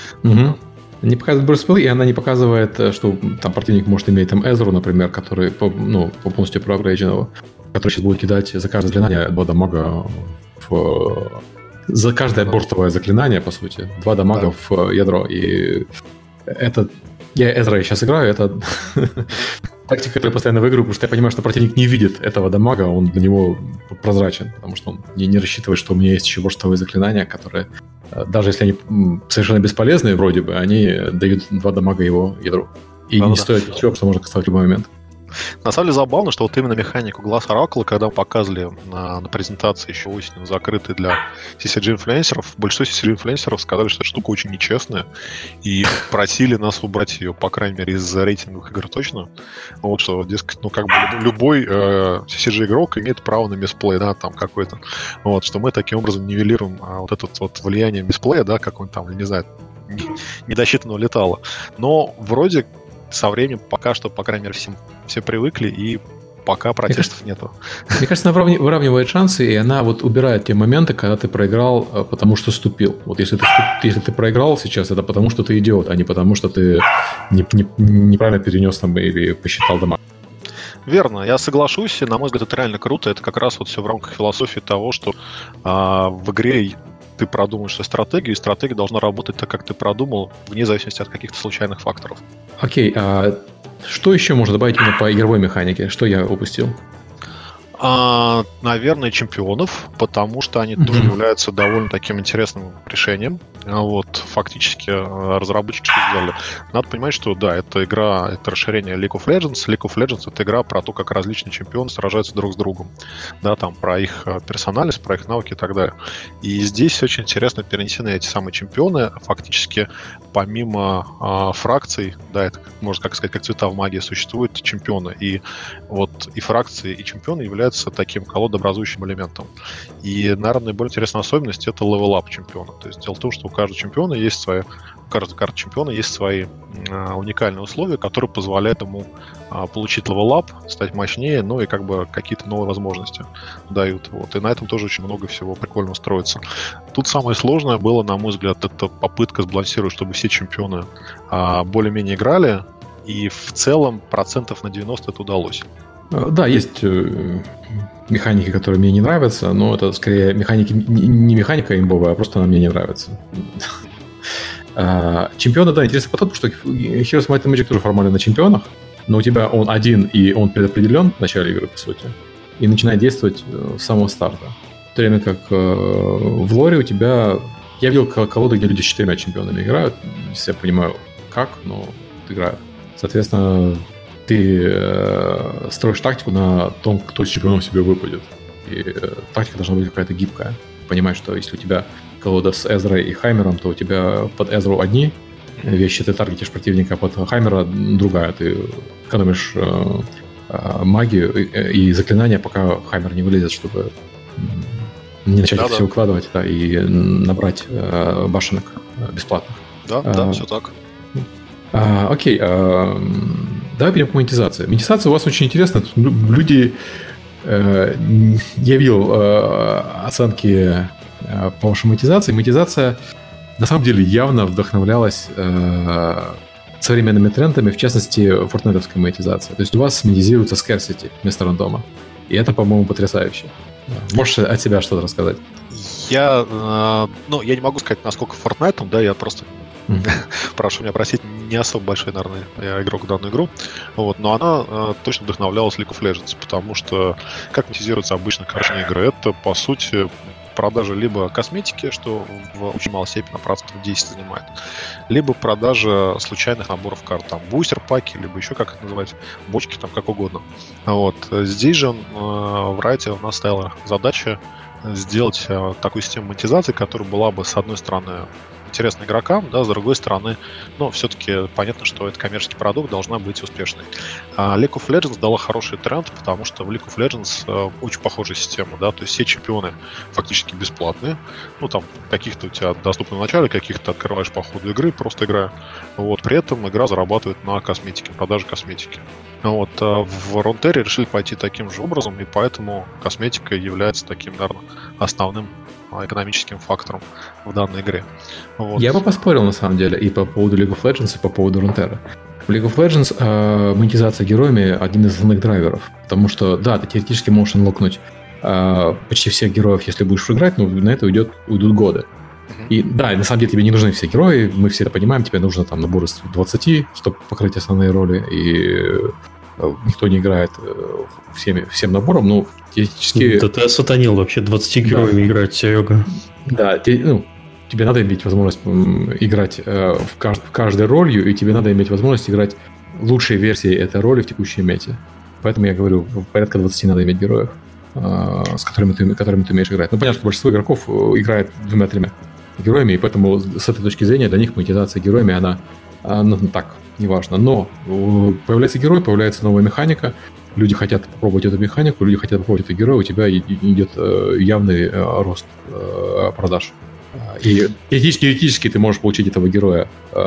Не показывает бёрст-спеллы, и она не показывает, что там противник может иметь там Эзру, например, который полностью проапгрейдженного, который сейчас будет кидать за каждое заклинание 2 дамага за каждое бортовое заклинание, по сути, 2 дамага в ядро. И Я Эзра сейчас играю, это тактика, которую я постоянно выиграю, потому что я понимаю, что противник не видит этого дамага, он для него прозрачен, потому что он не рассчитывает, что у меня есть еще бурстовые заклинания, которые, даже если они совершенно бесполезные вроде бы, они дают 2 дамага его ядру. И не стоит ничего, что можно кастовать в любой момент. На самом деле забавно, что вот именно механику Glass Oracle, когда мы показывали на презентации еще осенью, закрытой для CCG-инфлюенсеров, большинство CCG-инфлюенсеров сказали, что эта штука очень нечестная, и просили нас убрать ее, по крайней мере, из рейтинговых игр точно. Вот что, дескать, ну, как бы любой CCG-игрок имеет право на мисплей, да, там какой-то. Вот, что мы таким образом нивелируем вот это вот влияние мисплея, да, какой-нибудь там, не знаю, недосчитанного летала. Но вроде со временем пока что, по крайней мере, все привыкли, и пока протестов нету. Мне кажется, она выравнивает шансы, и она вот убирает те моменты, когда ты проиграл, потому что ступил. Вот если ты проиграл сейчас, это потому что ты идиот, а не потому что ты неправильно перенес там или посчитал дома. Верно, я соглашусь, и, на мой взгляд, это реально круто. Это как раз вот все в рамках философии того, что в игре ты продумаешь свою стратегию, и стратегия должна работать так, как ты продумал, вне зависимости от каких-то случайных факторов. Окей, а что еще можно добавить именно по игровой механике? Что я упустил? Наверное, чемпионов, потому что они тоже являются довольно таким интересным решением. Вот, фактически разработчики что сделали? Надо понимать, что да, эта игра, это расширение League of Legends. League of Legends — это игра про то, как различные чемпионы сражаются друг с другом. Да, там про их персонализ, про их навыки и так далее. И здесь очень интересно перенесены эти самые чемпионы. Фактически, помимо фракций, да, это, можно как сказать, как цвета в магии, существуют чемпионы. И вот и фракции, и чемпионы являются таким колодообразующим элементом. И, наверное, наиболее интересная особенность — это левел-ап чемпиона. То есть дело в том, что у каждого чемпиона есть свои, у каждой карты чемпиона есть свои уникальные условия, которые позволяют ему получить левел-ап, стать мощнее, ну и как бы какие-то новые возможности дают. Вот. И на этом тоже очень много всего прикольного строится. Тут самое сложное было, на мой взгляд, это попытка сбалансировать, чтобы все чемпионы более-менее играли, и в целом процентов на 90 это удалось. Да, есть механики, которые мне не нравятся, но это скорее механики, не механика имбовая, а просто она мне не нравится. Чемпионы, да, интересный подход, потому что Heroes Might and Magic тоже формально на чемпионах, но у тебя он один, и он предопределен в начале игры, по сути, и начинает действовать с самого старта. В то время как в лоре у тебя... Я видел колоды, где люди с 4 чемпионами играют, если я понимаю как, но играют. Соответственно, ты строишь тактику на том, кто из чемпионов себе выпадет. И тактика должна быть какая-то гибкая. Понимаешь, что если у тебя колода с Эзрой и Хаймером, то у тебя под Эзру одни вещи, ты таргетишь противника, а под Хаймера другая. Ты экономишь магию и заклинания, пока Хаймер не вылезет, чтобы не начать все укладывать, да, и набрать башенок бесплатных. Да, все так. Окей, давай перейдем к монетизации. Монетизация у вас очень интересна. Люди... Я видел оценки по вашей монетизации. Монетизация на самом деле явно вдохновлялась современными трендами, в частности, фортнайтовской монетизацией. То есть у вас монетизируется scarcity вместо рандома. И это, по-моему, потрясающе. Можешь от себя что-то рассказать? Я не могу сказать, насколько Fortnite, да, я просто... Прошу меня простить, не особо большой, наверное, я игрок в данную игру. Вот, но она точно вдохновлялась League of Legends, потому что как монетизируются обычно карточные игры? Это, по сути, продажа либо косметики, что в очень малой степени, процентов 10 занимает, либо продажа случайных наборов карт, там, бустер-паки, либо еще как это называть, бочки, там, как угодно. Вот. Здесь же в Riot у нас стояла задача сделать такую систему монетизации, которая была бы, с одной стороны, интересно игрокам, да, с другой стороны, но все-таки понятно, что это коммерческий продукт, должна быть успешной. League of Legends дала хороший тренд, потому что в League of Legends очень похожая система, да, то есть все чемпионы фактически бесплатные, ну, там, каких-то у тебя доступны в начале, каких-то открываешь по ходу игры, просто играя, вот, при этом игра зарабатывает на косметике, продаже косметики. Вот, в Ронтере решили пойти таким же образом, и поэтому косметика является таким, наверное, основным экономическим фактором в данной игре. Вот. Я бы поспорил, на самом деле, и по поводу League of Legends, и по поводу Runeterra. В League of Legends монетизация героями один из основных драйверов, потому что, да, ты теоретически можешь анлокнуть почти всех героев, если будешь играть, но на это уйдут годы. И да, на самом деле тебе не нужны все герои, мы все это понимаем, тебе нужно там набор из 20, чтобы покрыть основные роли, и никто не играет всем набором, но теоретически... Да ты осатанил вообще 20 героями играть, Серега. Да, тебе надо иметь возможность играть в каждой ролью, и тебе надо иметь возможность играть лучшие версии этой роли в текущей мете. Поэтому я говорю, порядка 20 надо иметь героев, с которыми ты умеешь играть. Ну, понятно, что большинство игроков играет 2-3 героями, и поэтому с этой точки зрения для них монетизация героями, она так, неважно. Но появляется герой, появляется новая механика, люди хотят попробовать эту механику, люди хотят попробовать этого героя, у тебя идет явный рост продаж. И теоретически ты можешь получить этого героя,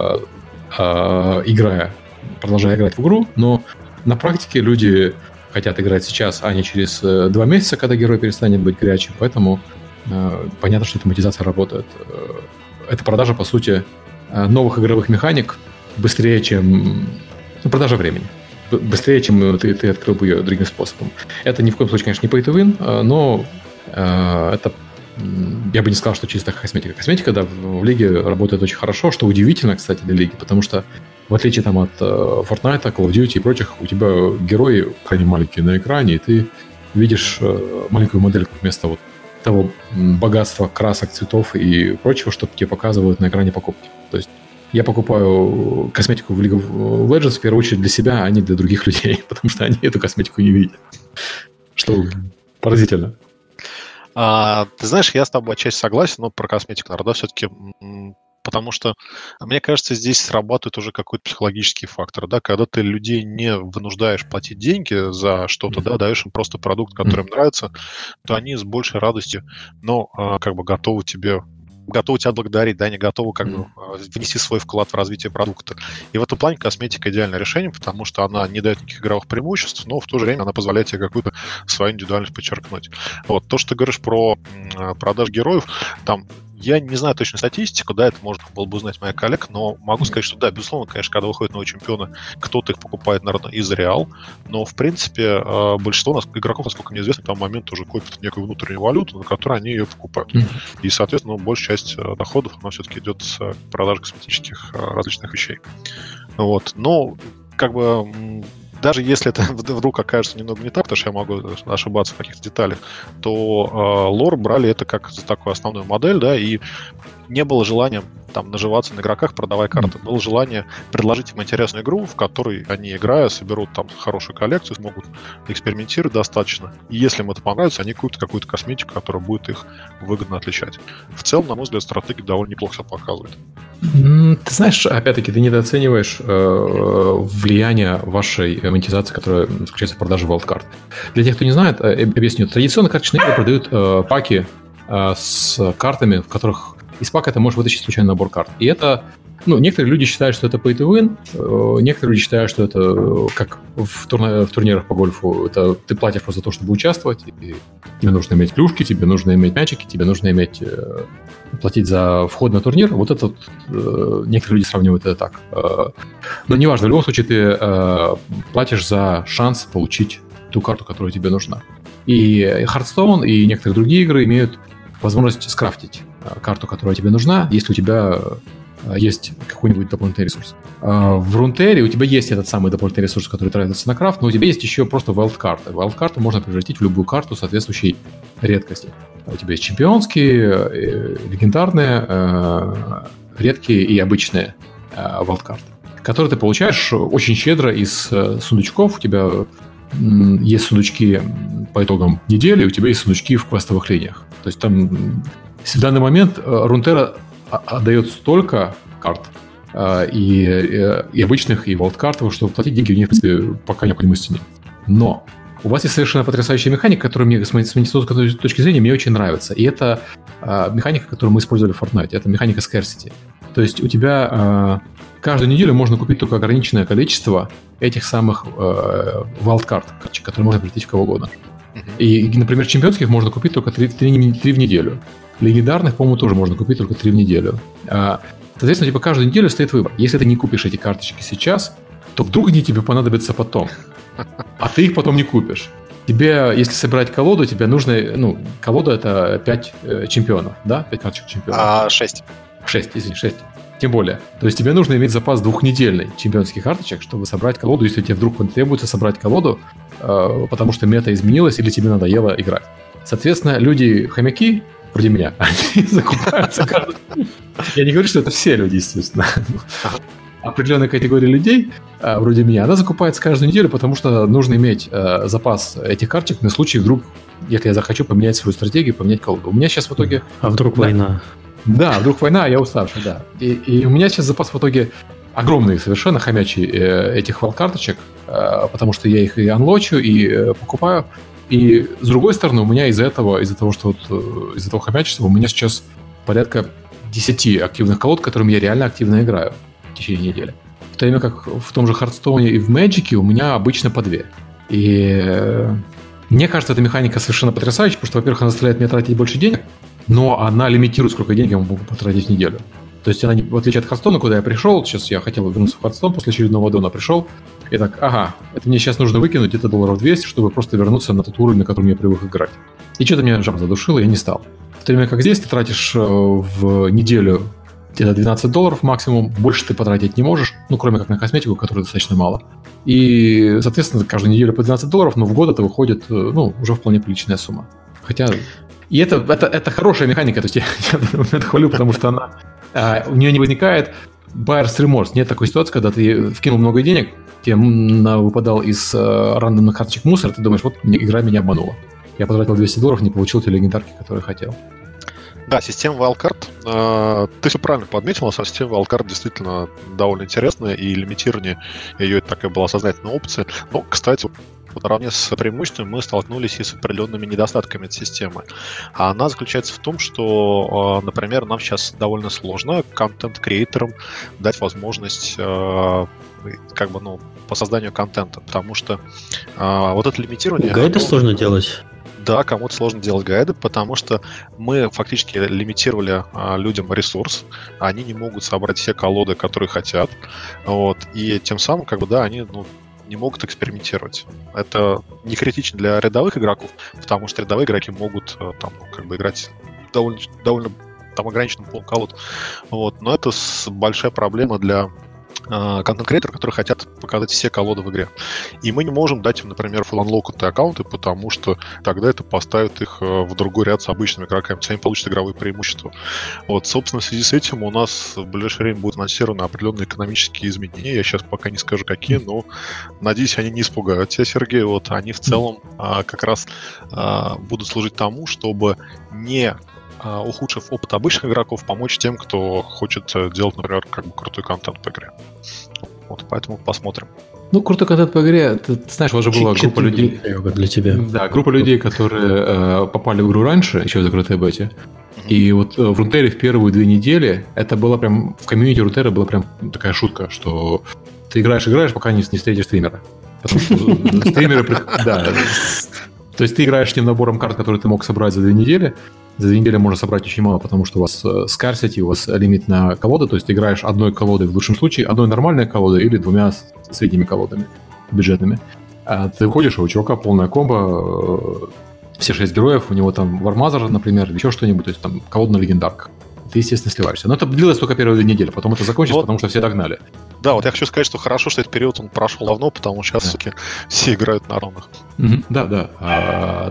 продолжая играть в игру, но на практике люди хотят играть сейчас, а не через 2 месяца, когда герой перестанет быть горячим, поэтому понятно, что эта монетизация работает. Это продажа, по сути, новых игровых механик быстрее, чем... продажа времени. Быстрее, чем ты открыл бы ее другим способом. Это ни в коем случае, конечно, не pay to win, но это... Я бы не сказал, что чисто косметика. Косметика, да, в лиге работает очень хорошо, что удивительно, кстати, для лиги, потому что в отличие там, от Fortnite, Call of Duty и прочих, у тебя герои крайне маленькие на экране, и ты видишь маленькую модель вместо вот того богатства красок, цветов и прочего, что тебе показывают на экране покупки. То есть я покупаю косметику в League of Legends в первую очередь для себя, а не для других людей, потому что они эту косметику не видят. Что поразительно. Ты знаешь, я с тобой отчасти согласен, но про косметику, наверное, да, все-таки, потому что, мне кажется, здесь срабатывает уже какой-то психологический фактор, да, когда ты людей не вынуждаешь платить деньги за что-то, да, даешь им просто продукт, который им нравится, то они с большей радостью, как бы готовы тебя благодарить, да, они готовы как бы внести свой вклад в развитие продукта. И в этом плане косметика идеальное решение, потому что она не дает никаких игровых преимуществ, но в то же время она позволяет тебе какую-то свою индивидуальность подчеркнуть. Вот. То, что ты говоришь про продажу героев, там, я не знаю точно статистику, да, это можно было бы узнать моя коллега, но могу сказать, что да, безусловно, конечно, когда выходят новые чемпионы, кто-то их покупает, наверное, из Реал, но, в принципе, большинство игроков, насколько мне известно, к тому моменту уже копят некую внутреннюю валюту, на которой они ее покупают. И, соответственно, большая часть доходов, она все-таки идет с продажи косметических различных вещей. Вот. Но, как бы... Даже если это вдруг окажется немного не так, потому что я могу ошибаться в каких-то деталях, то лор брали это как за такую основную модель, да, и не было желания там наживаться на игроках, продавая карты. Было желание предложить им интересную игру, в которой они, играя, соберут там хорошую коллекцию, смогут экспериментировать достаточно. И если им это понравится, они купят какую-то косметику, которая будет их выгодно отличать. В целом, на мой взгляд, стратегия довольно неплохо себя показывает. Ты знаешь, опять-таки, ты недооцениваешь влияние вашей монетизации, которая заключается в продаже wildcard. Для тех, кто не знает, объясню. Традиционно карточные игры продают паки с картами, в которых из пака ты можешь вытащить случайный набор карт. И это, некоторые люди считают, что это pay to win, некоторые люди считают, что это как в турнирах по гольфу, это ты платишь просто за то, чтобы участвовать, и тебе нужно иметь клюшки, тебе нужно иметь мячики, тебе нужно иметь платить за вход на турнир. Вот это некоторые люди сравнивают это так. Но неважно, в любом случае ты платишь за шанс получить ту карту, которая тебе нужна. И Hearthstone и некоторые другие игры имеют возможность скрафтить карту, которая тебе нужна, если у тебя есть какой-нибудь дополнительный ресурс. В Рунтере у тебя есть этот самый дополнительный ресурс, который тратится на крафт, но у тебя есть еще просто wildcard. Wildcard можно превратить в любую карту соответствующей редкости. У тебя есть чемпионские, легендарные, редкие и обычные wildcard, которые ты получаешь очень щедро из сундучков. У тебя есть сундучки по итогам недели, у тебя есть сундучки в квестовых линиях. То есть там в данный момент Рунтера отдает столько карт и обычных, и wildcard, что платить деньги в них, в принципе, пока необходимости нет. Но у вас есть совершенно потрясающая механика, которая мне с монетизационной точки зрения мне очень нравится. И это механика, которую мы использовали в Fortnite. Это механика scarcity. То есть у тебя каждую неделю можно купить только ограниченное количество этих самых wildcard, которые можно прийти в кого угодно. И, например, чемпионских можно купить только 3 в неделю. Легендарных, по-моему, тоже можно купить только 3 в неделю. Соответственно, типа каждую неделю стоит выбор. Если ты не купишь эти карточки сейчас, то вдруг они тебе понадобятся потом. А ты их потом не купишь. тебе, если собирать колоду, тебе нужно, колода это 5 чемпионов, да? 5 карточек чемпионов. 6. 6. Тем более. То есть тебе нужно иметь запас двухнедельный чемпионских карточек, чтобы собрать колоду, если тебе вдруг потребуется собрать колоду, потому что мета изменилась или тебе надоело играть. Соответственно, люди-хомяки, вроде меня, они закупаются каждый... Я не говорю, что это все люди, естественно. Определенная категория людей, вроде меня, она закупается каждую неделю, потому что нужно иметь запас этих карточек на случай вдруг, если я захочу поменять свою стратегию, поменять колоду. У меня сейчас в итоге... А вдруг война? Да, вдруг война, а я уставший, да. И у меня сейчас запас в итоге огромный, совершенно хомячий этих валкарточек, потому что я их и анлочу, и покупаю. И с другой стороны, у меня из-за того хомячества, у меня сейчас порядка 10 активных колод, которыми я реально активно играю в течение недели. В то время как в том же Хардстоуне и в Мэджике у меня обычно по 2. И мне кажется, эта механика совершенно потрясающая, потому что, во-первых, она заставляет меня тратить больше денег, но она лимитирует, сколько денег я могу потратить в неделю. То есть она, в отличие от Хардстоуна, куда я пришел, сейчас я хотел вернуться в Хардстоун после очередного аддона, пришел, и так, это мне сейчас нужно выкинуть где-то $200, чтобы просто вернуться на тот уровень, на котором я привык играть. И что-то меня жаба задушило, я не стал. В то время как здесь ты тратишь в неделю где-то $12 максимум, больше ты потратить не можешь, кроме как на косметику, которой достаточно мало. И, соответственно, каждую неделю по $12, но в год это выходит, уже вполне приличная сумма. Хотя... И это хорошая механика, то есть я это хвалю, потому что у нее не возникает buyer's remorse. Нет такой ситуации, когда ты вкинул много денег, тебе выпадал из рандомных карточек мусор, ты думаешь, вот игра меня обманула. Я потратил $200, не получил те легендарки, которые хотел. Да, система Wildcard, ты все правильно подметил, но система Wildcard действительно довольно интересная, и лимитирование ее это такая была сознательная опция. Но, кстати, наравне с преимуществами мы столкнулись и с определенными недостатками этой системы. А она заключается в том, что, например, нам сейчас довольно сложно контент-креаторам дать возможность по созданию контента, потому что вот это лимитирование... Гайды сложно делать? Да, кому-то сложно делать гайды, потому что мы фактически лимитировали людям ресурс, они не могут собрать все колоды, которые хотят, и тем самым, они не могут экспериментировать. Это не критично для рядовых игроков, потому что рядовые игроки могут играть довольно ограниченным полом колод. Но это большая проблема для контент-креаторов, которые хотят показать все колоды в игре. И мы не можем дать им, например, full-unlocked аккаунты, потому что тогда это поставит их в другой ряд с обычными игроками, они получат игровые преимущества. Собственно, в связи с этим у нас в ближайшее время будут анонсированы определенные экономические изменения. Я сейчас пока не скажу, какие, но надеюсь, они не испугают тебя, Сергей. Они в целом как раз будут служить тому, чтобы не ухудшив опыт обычных игроков, помочь тем, кто хочет делать, например, крутой контент по игре. Поэтому посмотрим. Крутой контент по игре, ты знаешь, уже была группа людей... Для тебя. Да, группа людей, которые попали в игру раньше, еще в закрытой бете. И в Рунтере в первые 2 недели, это было прям... В комьюнити Рунтера была прям такая шутка, что ты играешь, пока не встретишь стримера. Потому что стримеры... Да. То есть ты играешь тем набором карт, которые ты мог собрать за 2 недели. За 2 недели можно собрать очень мало, потому что у вас scarcity, у вас лимит на колоды, то есть ты играешь одной колодой, в лучшем случае, одной нормальной колодой или 2 средними колодами бюджетными. А ты выходишь, а у чувака полная комбо, все 6 героев, у него там Вармазер, например, или еще что-нибудь, то есть там колода на легендарках. Ты, естественно, сливаешься. Но это длилось только первые 2 недели, потом это закончилось, потому что все догнали. Да, я хочу сказать, что хорошо, что этот период он прошел давно, потому что сейчас все играют на равных. Да.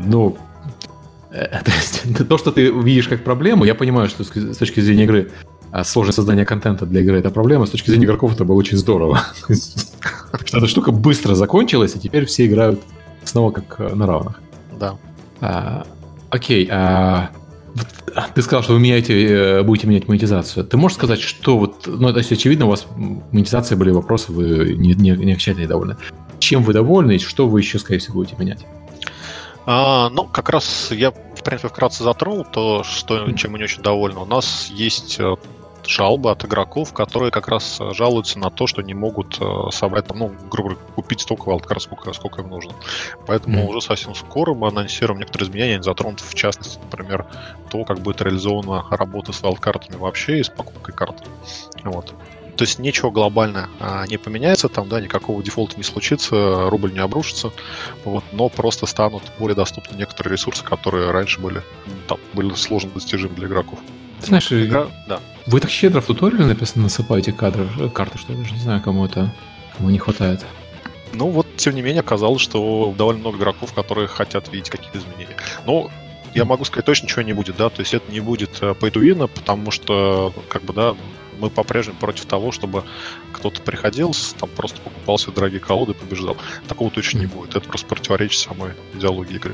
То, что ты видишь как проблему, я понимаю, что с точки зрения игры сложное создание контента для игры — это проблема, с точки зрения игроков это было очень здорово. Что эта штука быстро закончилась, и теперь все играют снова как на равных. Да. Окей. Ты сказал, что вы будете менять монетизацию. Ты можешь сказать, что то есть, очевидно, у вас монетизация были вопросы, вы не окончательно недовольны. Чем вы довольны и что вы еще, скорее всего, будете менять? Как раз я, в принципе, вкратце затронул то, чем мы не очень довольны. У нас есть жалобы от игроков, которые как раз жалуются на то, что не могут собрать, грубо говоря, купить столько вайлдкарт, сколько им нужно. Поэтому уже совсем скоро мы анонсируем некоторые изменения, они затронут, в частности, например, то, как будет реализована работа с вайлдкартами вообще и с покупкой карт. То есть ничего глобально не поменяется, там, да, никакого дефолта не случится, рубль не обрушится, вот, но просто станут более доступны некоторые ресурсы, которые раньше были сложно достижимы для игроков. Ты знаешь, да. Вы так щедро в туториале написано насыпаете карты, что я даже не знаю, кому не хватает. Ну вот, тем не менее, оказалось, что довольно много игроков, которые хотят видеть какие-то изменения. Но я могу сказать, точно ничего не будет, да, то есть это не будет pay to win, потому что, как бы, да, мы по-прежнему против того, чтобы кто-то приходил, там просто покупал себе дорогие колоды и побеждал. Такого точно не будет. Это просто противоречит самой идеологии игры.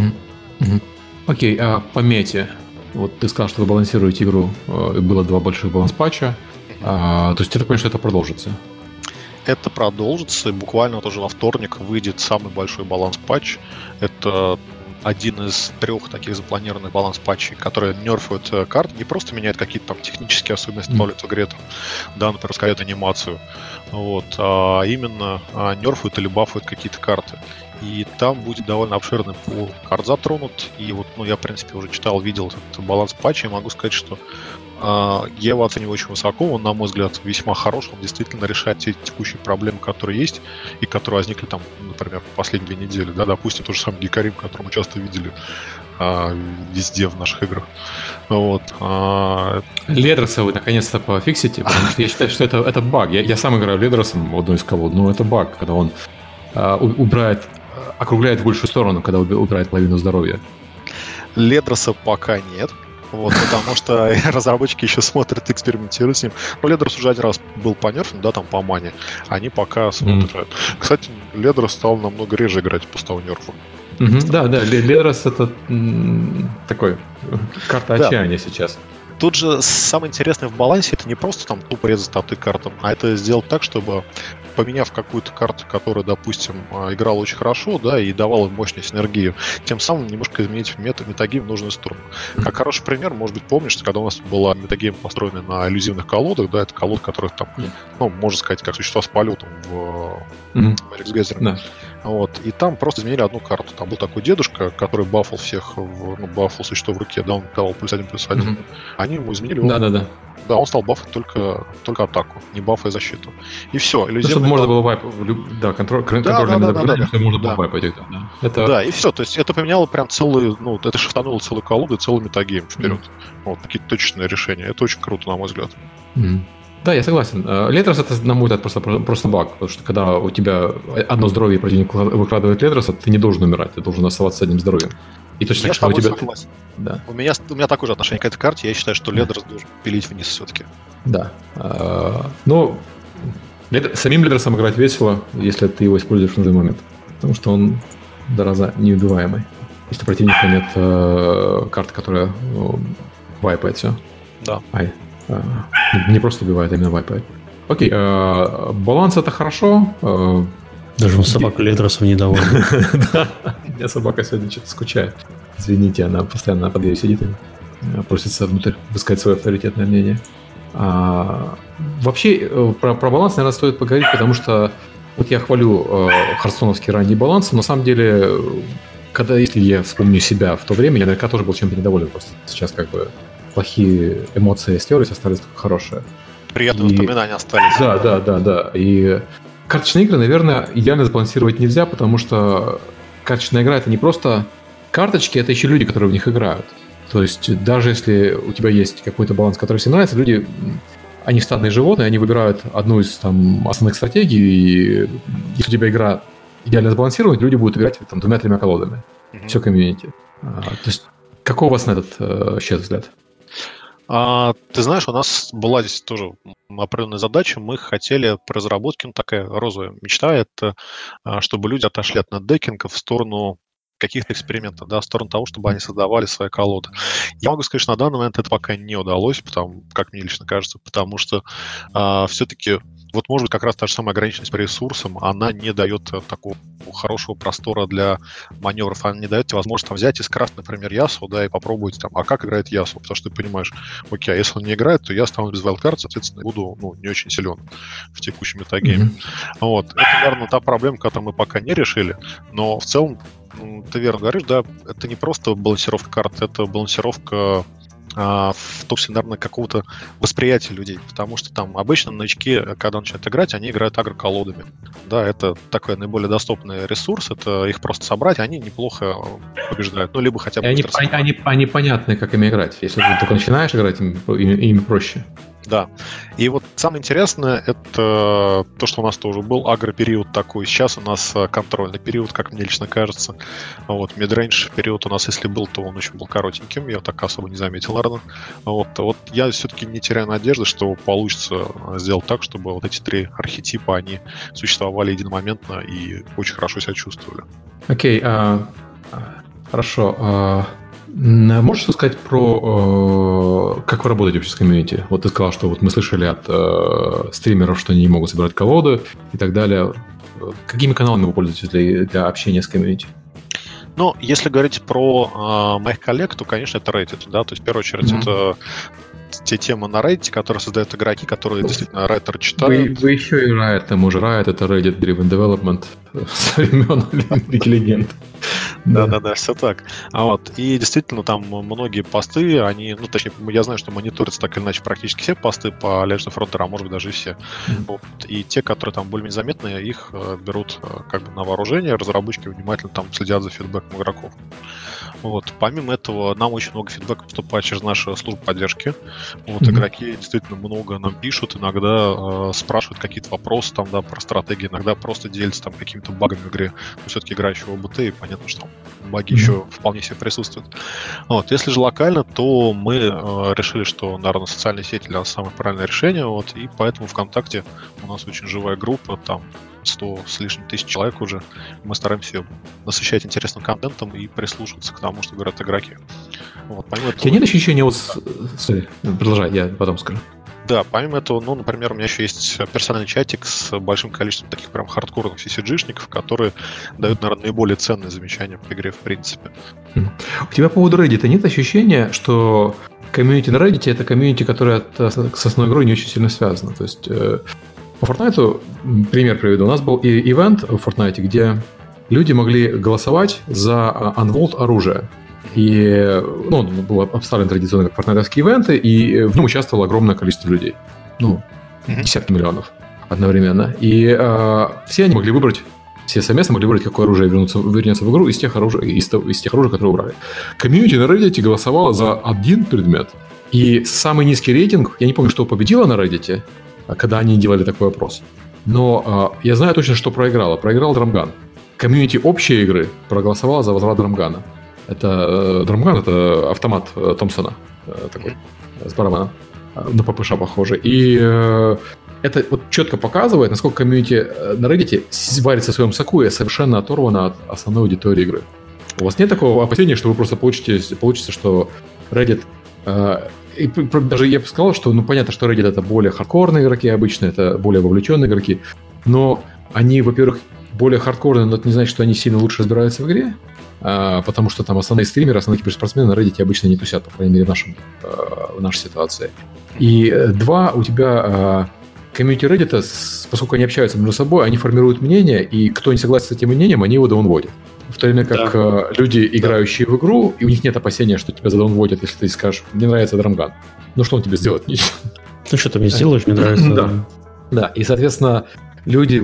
Окей, а по мете? Вот ты сказал, что вы балансируете игру, и было 2 больших баланс-патча. То есть я так понимаю, что это продолжится? Это продолжится, и буквально вот уже во вторник выйдет самый большой баланс-патч. Это один из 3 таких запланированных баланс-патчей, которые нерфуют карты, не просто меняют какие-то там технические особенности, добавляют в игре, да, например, раскрывают анимацию, вот, а именно нерфуют или бафуют какие-то карты. И там будет довольно обширный пул карт затронут. И вот, ну, я, в принципе, уже читал, видел этот баланс патча, и могу сказать, что я его оцениваю очень высоко. Он, на мой взгляд, весьма хорош. Он действительно решает те текущие проблемы, которые есть, и которые возникли там, например, в последние 2 недели. Да, допустим, тот же самый Гикарим, который мы часто видели везде в наших играх. Вот. Ледроса вы наконец-то пофиксите, потому что я считаю, что это баг. Я сам играю Ледросом в одну из колод, но это баг, когда он округляет в большую сторону, когда убирает половину здоровья. Ледроса пока нет. Вот, потому что разработчики еще смотрят, экспериментируют с ним. Но Ледрос уже 1 раз был понерфен, да, там по мане. Они пока смотрят. Кстати, Ледрос стал намного реже играть после того нерфа. Да, Ледрос это такой карта отчаяния сейчас. Тут же самое интересное в балансе, это не просто там тупо резать статы картам, а это сделать так, чтобы, поменяв какую-то карту, которая, допустим, играла очень хорошо, да, и давала мощную синергию, тем самым немножко изменить метагейм в нужную сторону. Как хороший пример, может быть, помнишь, когда у нас была метагейм построена на иллюзивных колодах, да, это колоды, которые там, ну, можно сказать, как существа с полетом в Magic the Gathering. Вот, и там просто изменили одну карту. Там был такой дедушка, который бафал всех, бафал существо в руке, да, он давал +1/+1. Они ему изменили. Да, он стал бафать только атаку, не бафая защиту. И все. Чтобы можно было вайпать. Да, контрольное метапрограмме, чтобы можно было вайпать. Да, и все. То есть это поменяло прям целую, ну, это шифтануло целую колоду и целый метагейм вперед. Вот, какие-то точечные решения. Это очень круто, на мой взгляд. Да, я согласен. Ледрос это, на мой взгляд, просто баг. Потому что когда у тебя одно здоровье, и противник выкладывает Ледроса, ты не должен умирать, ты должен оставаться с одним здоровьем. И точно так, что у тебя... Согласен. Да. У меня такое же отношение к этой карте. Я считаю, что Ледрос должен пилить вниз все-таки. Да. Но самим Ледросом играть весело, если ты его используешь в нужный момент. Потому что он, зараза, неубиваемый. Если у противника нет карты, которая вайпает все. Да. Не просто убивает, а именно вайпает. Окей, баланс это хорошо. Даже собака Ледросом недовольна. Да, у меня собака сегодня что-то скучает. Извините, она постоянно под дверью сидит и просится внутрь высказать свое авторитетное мнение. Вообще, про баланс, наверное, стоит поговорить, потому что вот я хвалю хардстоновский ранний баланс, но на самом деле, если я вспомню себя в то время, я наверняка тоже был чем-то недоволен. Просто сейчас как бы плохие эмоции стерлись, остались только хорошие. Приятные воспоминания остались. Да. И карточные игры, наверное, идеально сбалансировать нельзя, потому что карточная игра — это не просто карточки, это еще люди, которые в них играют. То есть даже если у тебя есть какой-то баланс, который всем нравится, люди, они стадные животные, они выбирают одну из там основных стратегий, и если у тебя игра идеально сбалансирована, люди будут играть там 2-3 колодами. Все комьюнити. То есть какой у вас на этот счет взгляд? Ты знаешь, у нас была здесь тоже определенная задача. Мы хотели по разработке, такая розовая мечта, это чтобы люди отошли от нетдекинга в сторону каких-то экспериментов, да, в сторону того, чтобы они создавали свои колоды. Я могу сказать, что на данный момент это пока не удалось, как мне лично кажется, потому что все-таки вот, может быть, как раз та же самая ограниченность по ресурсам, она не дает такого хорошего простора для маневров, она не дает тебе возможность там, взять и скрасить, например, Ясу, да, и попробовать там, а как играет Ясу, потому что ты понимаешь, окей, а если он не играет, то я останусь без вайлдкарт, соответственно, буду, не очень силен в текущем метагейме. Вот. Это, наверное, та проблема, которую мы пока не решили, но в целом, ты верно говоришь, да, это не просто балансировка карт, это балансировка в том числе, наверное, какого-то восприятия людей, потому что там обычно новички, когда начинают играть, они играют агроколодами. Да, это такой наиболее доступный ресурс, это их просто собрать, они неплохо побеждают, ну, либо хотя бы... Они понятны, как ими играть. Если ты только начинаешь играть, ими проще. Да. И вот самое интересное, это то, что у нас тоже был агропериод такой. Сейчас у нас контрольный период, как мне лично кажется. Вот, мидрейндж период у нас, если был, то он очень был коротеньким. Я так особо не заметил, наверное. Вот я все-таки не теряю надежды, что получится сделать так, чтобы вот эти три архетипа, они существовали единомоментно и очень хорошо себя чувствовали. Окей, хорошо. Можешь сказать про как вы работаете вообще с комьюнити? Вот ты сказал, что вот мы слышали от стримеров, что они не могут собирать колоды и так далее. Какими каналами вы пользуетесь для общения с комьюнити? Ну, если говорить про моих коллег, то, конечно, это Reddit, да, то есть, в первую очередь, это те темы на Reddit, которые создают игроки, которые действительно райтеры читают. Вы еще и Riot, там уже Riot — это Reddit Driven Development со времен легенд. Да, все так. И действительно, там многие посты, они, ну, точнее, я знаю, что мониторятся так или иначе практически все посты по Legend of Frontier, а может быть даже и все. И те, которые там более-менее заметные, их берут как бы на вооружение, разработчики внимательно там следят за фидбэком игроков. Помимо этого, нам очень много фидбэка поступает через нашу службу поддержки. Игроки действительно много нам пишут, иногда спрашивают какие-то вопросы там, да, про стратегии, иногда просто делятся там какими-то багами в игре. Но все-таки игра еще в ОБТ, и понятно, что баги еще вполне себе присутствуют. Если же локально, то мы решили, что, наверное, социальные сети для нас самое правильное решение, и поэтому ВКонтакте у нас очень живая группа, там 100 с лишним тысяч человек уже. Мы стараемся ее насыщать интересным контентом и прислушиваться к тому, что говорят игроки. Помимо этого... У тебя нет ощущения... Продолжай, я потом скажу. Да, помимо этого, например, у меня еще есть персональный чатик с большим количеством таких прям хардкорных CCG-шников, которые дают, наверное, наиболее ценные замечания по игре, в принципе. У тебя по поводу Reddit нет ощущения, что комьюнити на Reddit — это комьюнити, которое с основной игрой не очень сильно связано? То есть по Fortnite, пример приведу, у нас был ивент в Fortnite, где люди могли голосовать за Unvault оружие. И он был обставлен традиционно как фортнайтовские ивенты, и в нем участвовало огромное количество людей. Десятки миллионов одновременно. И все они могли выбрать, все совместно могли выбрать, какое оружие вернется в игру из тех оружий, которые убрали. Комьюнити на Reddit голосовало за один предмет. И самый низкий рейтинг, я не помню, что победило на Reddit, когда они делали такой опрос. Но я знаю точно, что проиграло. Проиграл Драмган. Комьюнити общей игры проголосовало за возврат Драмгана. Это Драмган, это автомат Томпсона такой, с барабаном, на ППШ похоже. И это вот четко показывает, насколько комьюнити на Reddit варится в своем соку и совершенно оторвано от основной аудитории игры. У вас нет такого опасения, что вы просто получится, что Reddit... И даже я бы сказал, что, понятно, что Reddit — это более хардкорные игроки обычно, это более вовлеченные игроки, но они, во-первых, более хардкорные, но это не значит, что они сильно лучше разбираются в игре, потому что там основные стримеры, основные киберспортсмены на Reddit обычно не тусят, по крайней мере, в нашей ситуации. И два, у тебя комьюнити Reddit, поскольку они общаются между собой, они формируют мнение, и кто не согласен с этим мнением, они его даунводят. В то время как люди, играющие в игру, и у них нет опасения, что тебя задаунводят, если ты скажешь: мне нравится Драмган. Ну что он тебе сделает? Ну что ты мне сделаешь, мне нравится. Да, и, соответственно, люди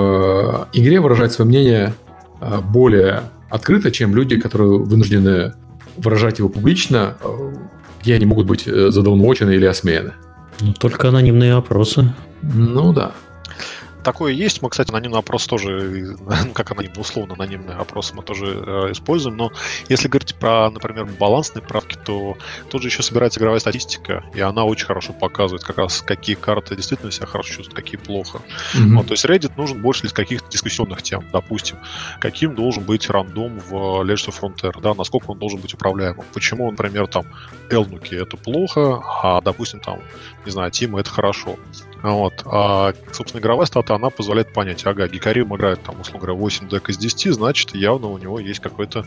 в игре выражают свое мнение более открыто, чем люди, которые вынуждены выражать его публично, где они могут быть задаунвочены или осмеяны. Только анонимные опросы. Ну да. Такое есть. Мы, кстати, анонимный опрос тоже, как анонимный, условно анонимный опрос мы тоже используем. Но если говорить про, например, балансные правки, то тут же еще собирается игровая статистика, и она очень хорошо показывает как раз, какие карты действительно себя хорошо чувствуют, какие плохо. То есть Reddit нужен больше для каких-то дискуссионных тем. Допустим, каким должен быть рандом в Legend of Frontier, да, насколько он должен быть управляемым. Почему, например, там элнуки — это плохо, а, допустим, там, не знаю, тимы — это хорошо. Вот. А, собственно, игровая стата, она позволяет понять, ага, Гикарим играет, там, условно говоря, 8 дек из 10, значит, явно у него есть какой-то...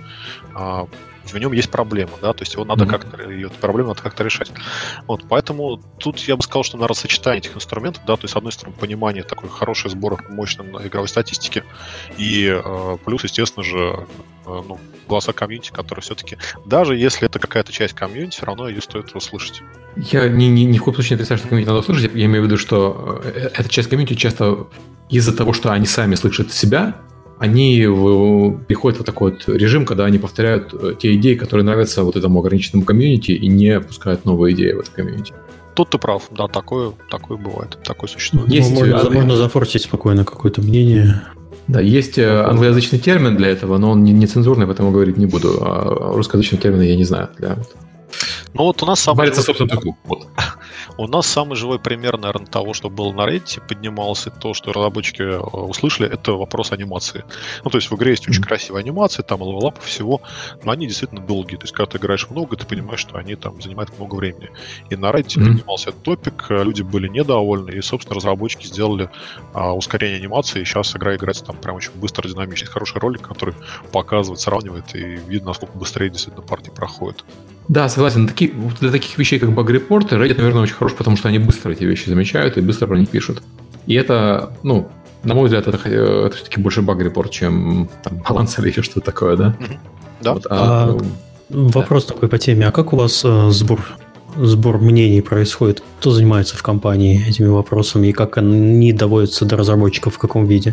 в нем есть проблема, да, то есть его надо как-то, эту проблему надо как-то решать. Вот, поэтому тут я бы сказал, что, наверное, сочетание этих инструментов, да, то есть, с одной стороны, понимание такой хороший сбор мощной игровой статистики, и плюс, естественно же, голоса комьюнити, которые все-таки, даже если это какая-то часть комьюнити, все равно ее стоит услышать. Я ни в коем случае не отрицаю, что комьюнити надо услышать, я имею в виду, что эта часть комьюнити часто из-за того, что они сами слышат себя, они переходят в такой вот режим, когда они повторяют те идеи, которые нравятся вот этому ограниченному комьюнити, и не пускают новые идеи в это комьюнити. Тут ты прав, да, такое бывает, такое существует. Можно зафорсить спокойно какое-то мнение. Да, есть англоязычный термин для этого, но он не цензурный, поэтому говорить не буду. А русскоязычного термина я не знаю. Ну вот у нас самый варится, собственно, такой. Вот. У нас самый живой пример, наверное, того, что было на Reddit, поднимался, то, что разработчики услышали, это вопрос анимации. Ну, то есть в игре есть очень красивые анимации, там левелапов всего, но они действительно долгие. То есть когда ты играешь много, ты понимаешь, что они там занимают много времени. И на Reddit поднимался этот топик, люди были недовольны, и, собственно, разработчики сделали ускорение анимации, и сейчас игра играется там прям очень быстро, динамично. Есть хороший ролик, который показывает, сравнивает, и видно, насколько быстрее действительно партии проходят. Да, согласен. Для таких вещей, как баг-репорты, Reddit, наверное, очень хорош, потому что они быстро эти вещи замечают и быстро про них пишут. И это, на мой взгляд, это все-таки больше баг-репорт, чем там, баланс или еще что-то такое, да? Да. Вот, вопрос такой по теме. А как у вас сбор мнений происходит? Кто занимается в компании этими вопросами и как они доводятся до разработчиков, в каком виде?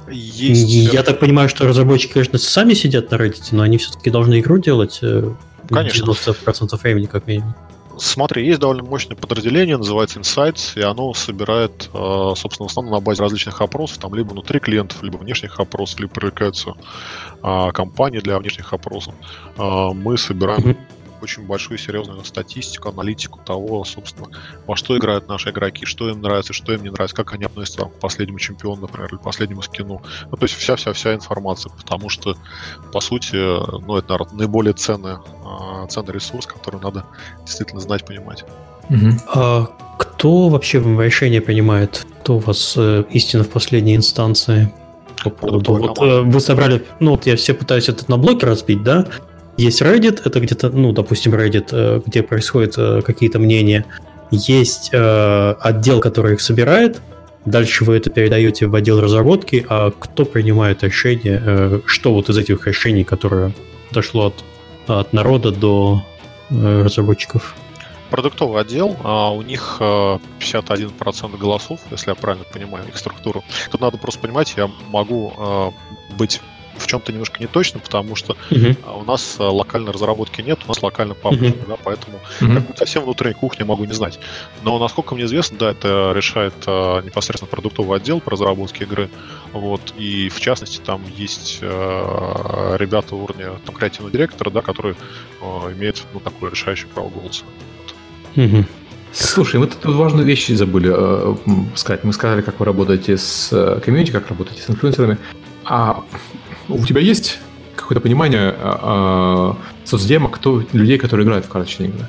Я так понимаю, что разработчики, конечно, сами сидят на Reddit, но они все-таки должны игру делать. Конечно. 90% времени, как минимум. Смотри, есть довольно мощное подразделение, называется Insights, и оно собирает, собственно, в основном на базе различных опросов, там либо внутри клиентов, либо внешних опросов, либо привлекаются компании для внешних опросов. Мы собираем очень большую серьезную статистику, аналитику того, собственно, во что играют наши игроки, что им нравится, что им не нравится, как они относятся к последнему чемпиону, например, или последнему скину. Ну, то есть вся информация, потому что, по сути, это, наверное, наиболее ценный ресурс, который надо действительно знать, понимать. А кто вообще решение принимает? Кто у вас истина в последней инстанции? По поводу... вы собрали... я все пытаюсь это на блоки разбить, да? Есть Reddit, это где-то, допустим, Reddit, где происходят какие-то мнения. Есть отдел, который их собирает. Дальше вы это передаете в отдел разработки. А кто принимает решение? Что вот из этих решений, которое дошло от народа до разработчиков? Продуктовый отдел, у них 51% голосов, если я правильно понимаю их структуру. Тут надо просто понимать, я могу быть в чем-то немножко не точно, потому что у нас локальной разработки нет, у нас локальный паблишинг, да, поэтому совсем внутренней кухни могу не знать. Но, насколько мне известно, да, это решает непосредственно продуктовый отдел по разработке игры. Вот, и в частности, там есть ребята уровня креативного директора, да, которые имеют такое решающее право голоса. Слушай, мы тут важную вещь забыли сказать. Мы сказали, как вы работаете с комьюнити, как работаете с инфлюенсерами. А у тебя есть какое-то понимание соцдема, людей, которые играют в карточные игры?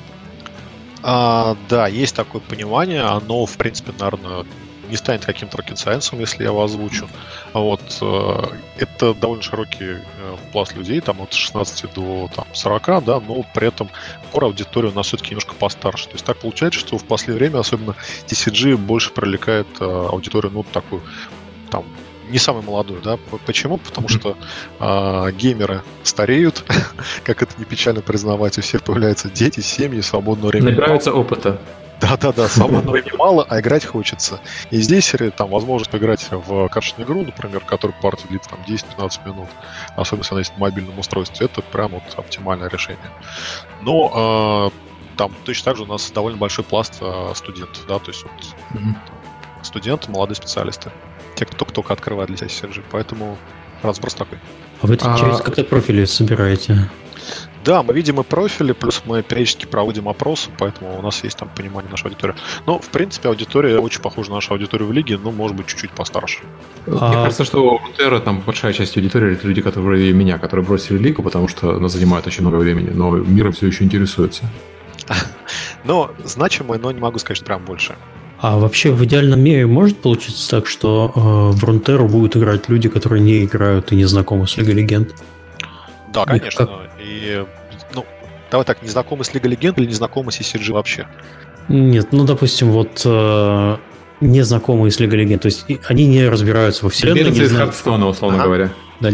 Да, есть такое понимание. Оно, в принципе, наверное, не станет каким-то rocket science, если я его озвучу. Вот. Это довольно широкий пласт людей, там от 16 до 40, да, но при этом аудитория у нас все-таки немножко постарше. То есть так получается, что в последнее время, особенно TCG, больше привлекает аудиторию, такую, там, не самый молодой, да. Почему? Потому что геймеры стареют, как это не печально признавать, у всех появляются дети, семьи, свободного времени. Набирается опыта. Да, свободного времени мало, а играть хочется. И здесь там возможность поиграть в карточную игру, например, которая партия длится там 10-15 минут, особенно если она есть на мобильном устройстве, это прям вот оптимальное решение. Но там точно так же у нас довольно большой пласт студентов, да, то есть студенты, молодые специалисты. Те, кто только открывает для себя CRG. Поэтому разброс такой. А вы через как-то профили собираете? Да, мы видим и профили, плюс мы периодически проводим опросы, поэтому у нас есть там понимание нашей аудитории. Но, в принципе, аудитория очень похожа на нашу аудиторию в лиге, но, может быть, чуть-чуть постарше. Мне кажется, что у Рутера там большая часть аудитории — это люди, которые меня, которые бросили лигу, потому что она занимает очень много времени, но миром все еще интересуется. Но значимое, но не могу сказать, что прям больше. А вообще в идеальном мире может получиться так, что в Рунтеру будут играть люди, которые не играют и не знакомы с Лигой Легенд? Да, конечно. И, давай так, не знакомы с Лигой Легенд или не знакомы с ECG вообще? Нет, допустим, не знакомые с Лигой Легенд, то есть они не разбираются во вселенной. Беженцы из Хардстоуна, условно говоря. Да,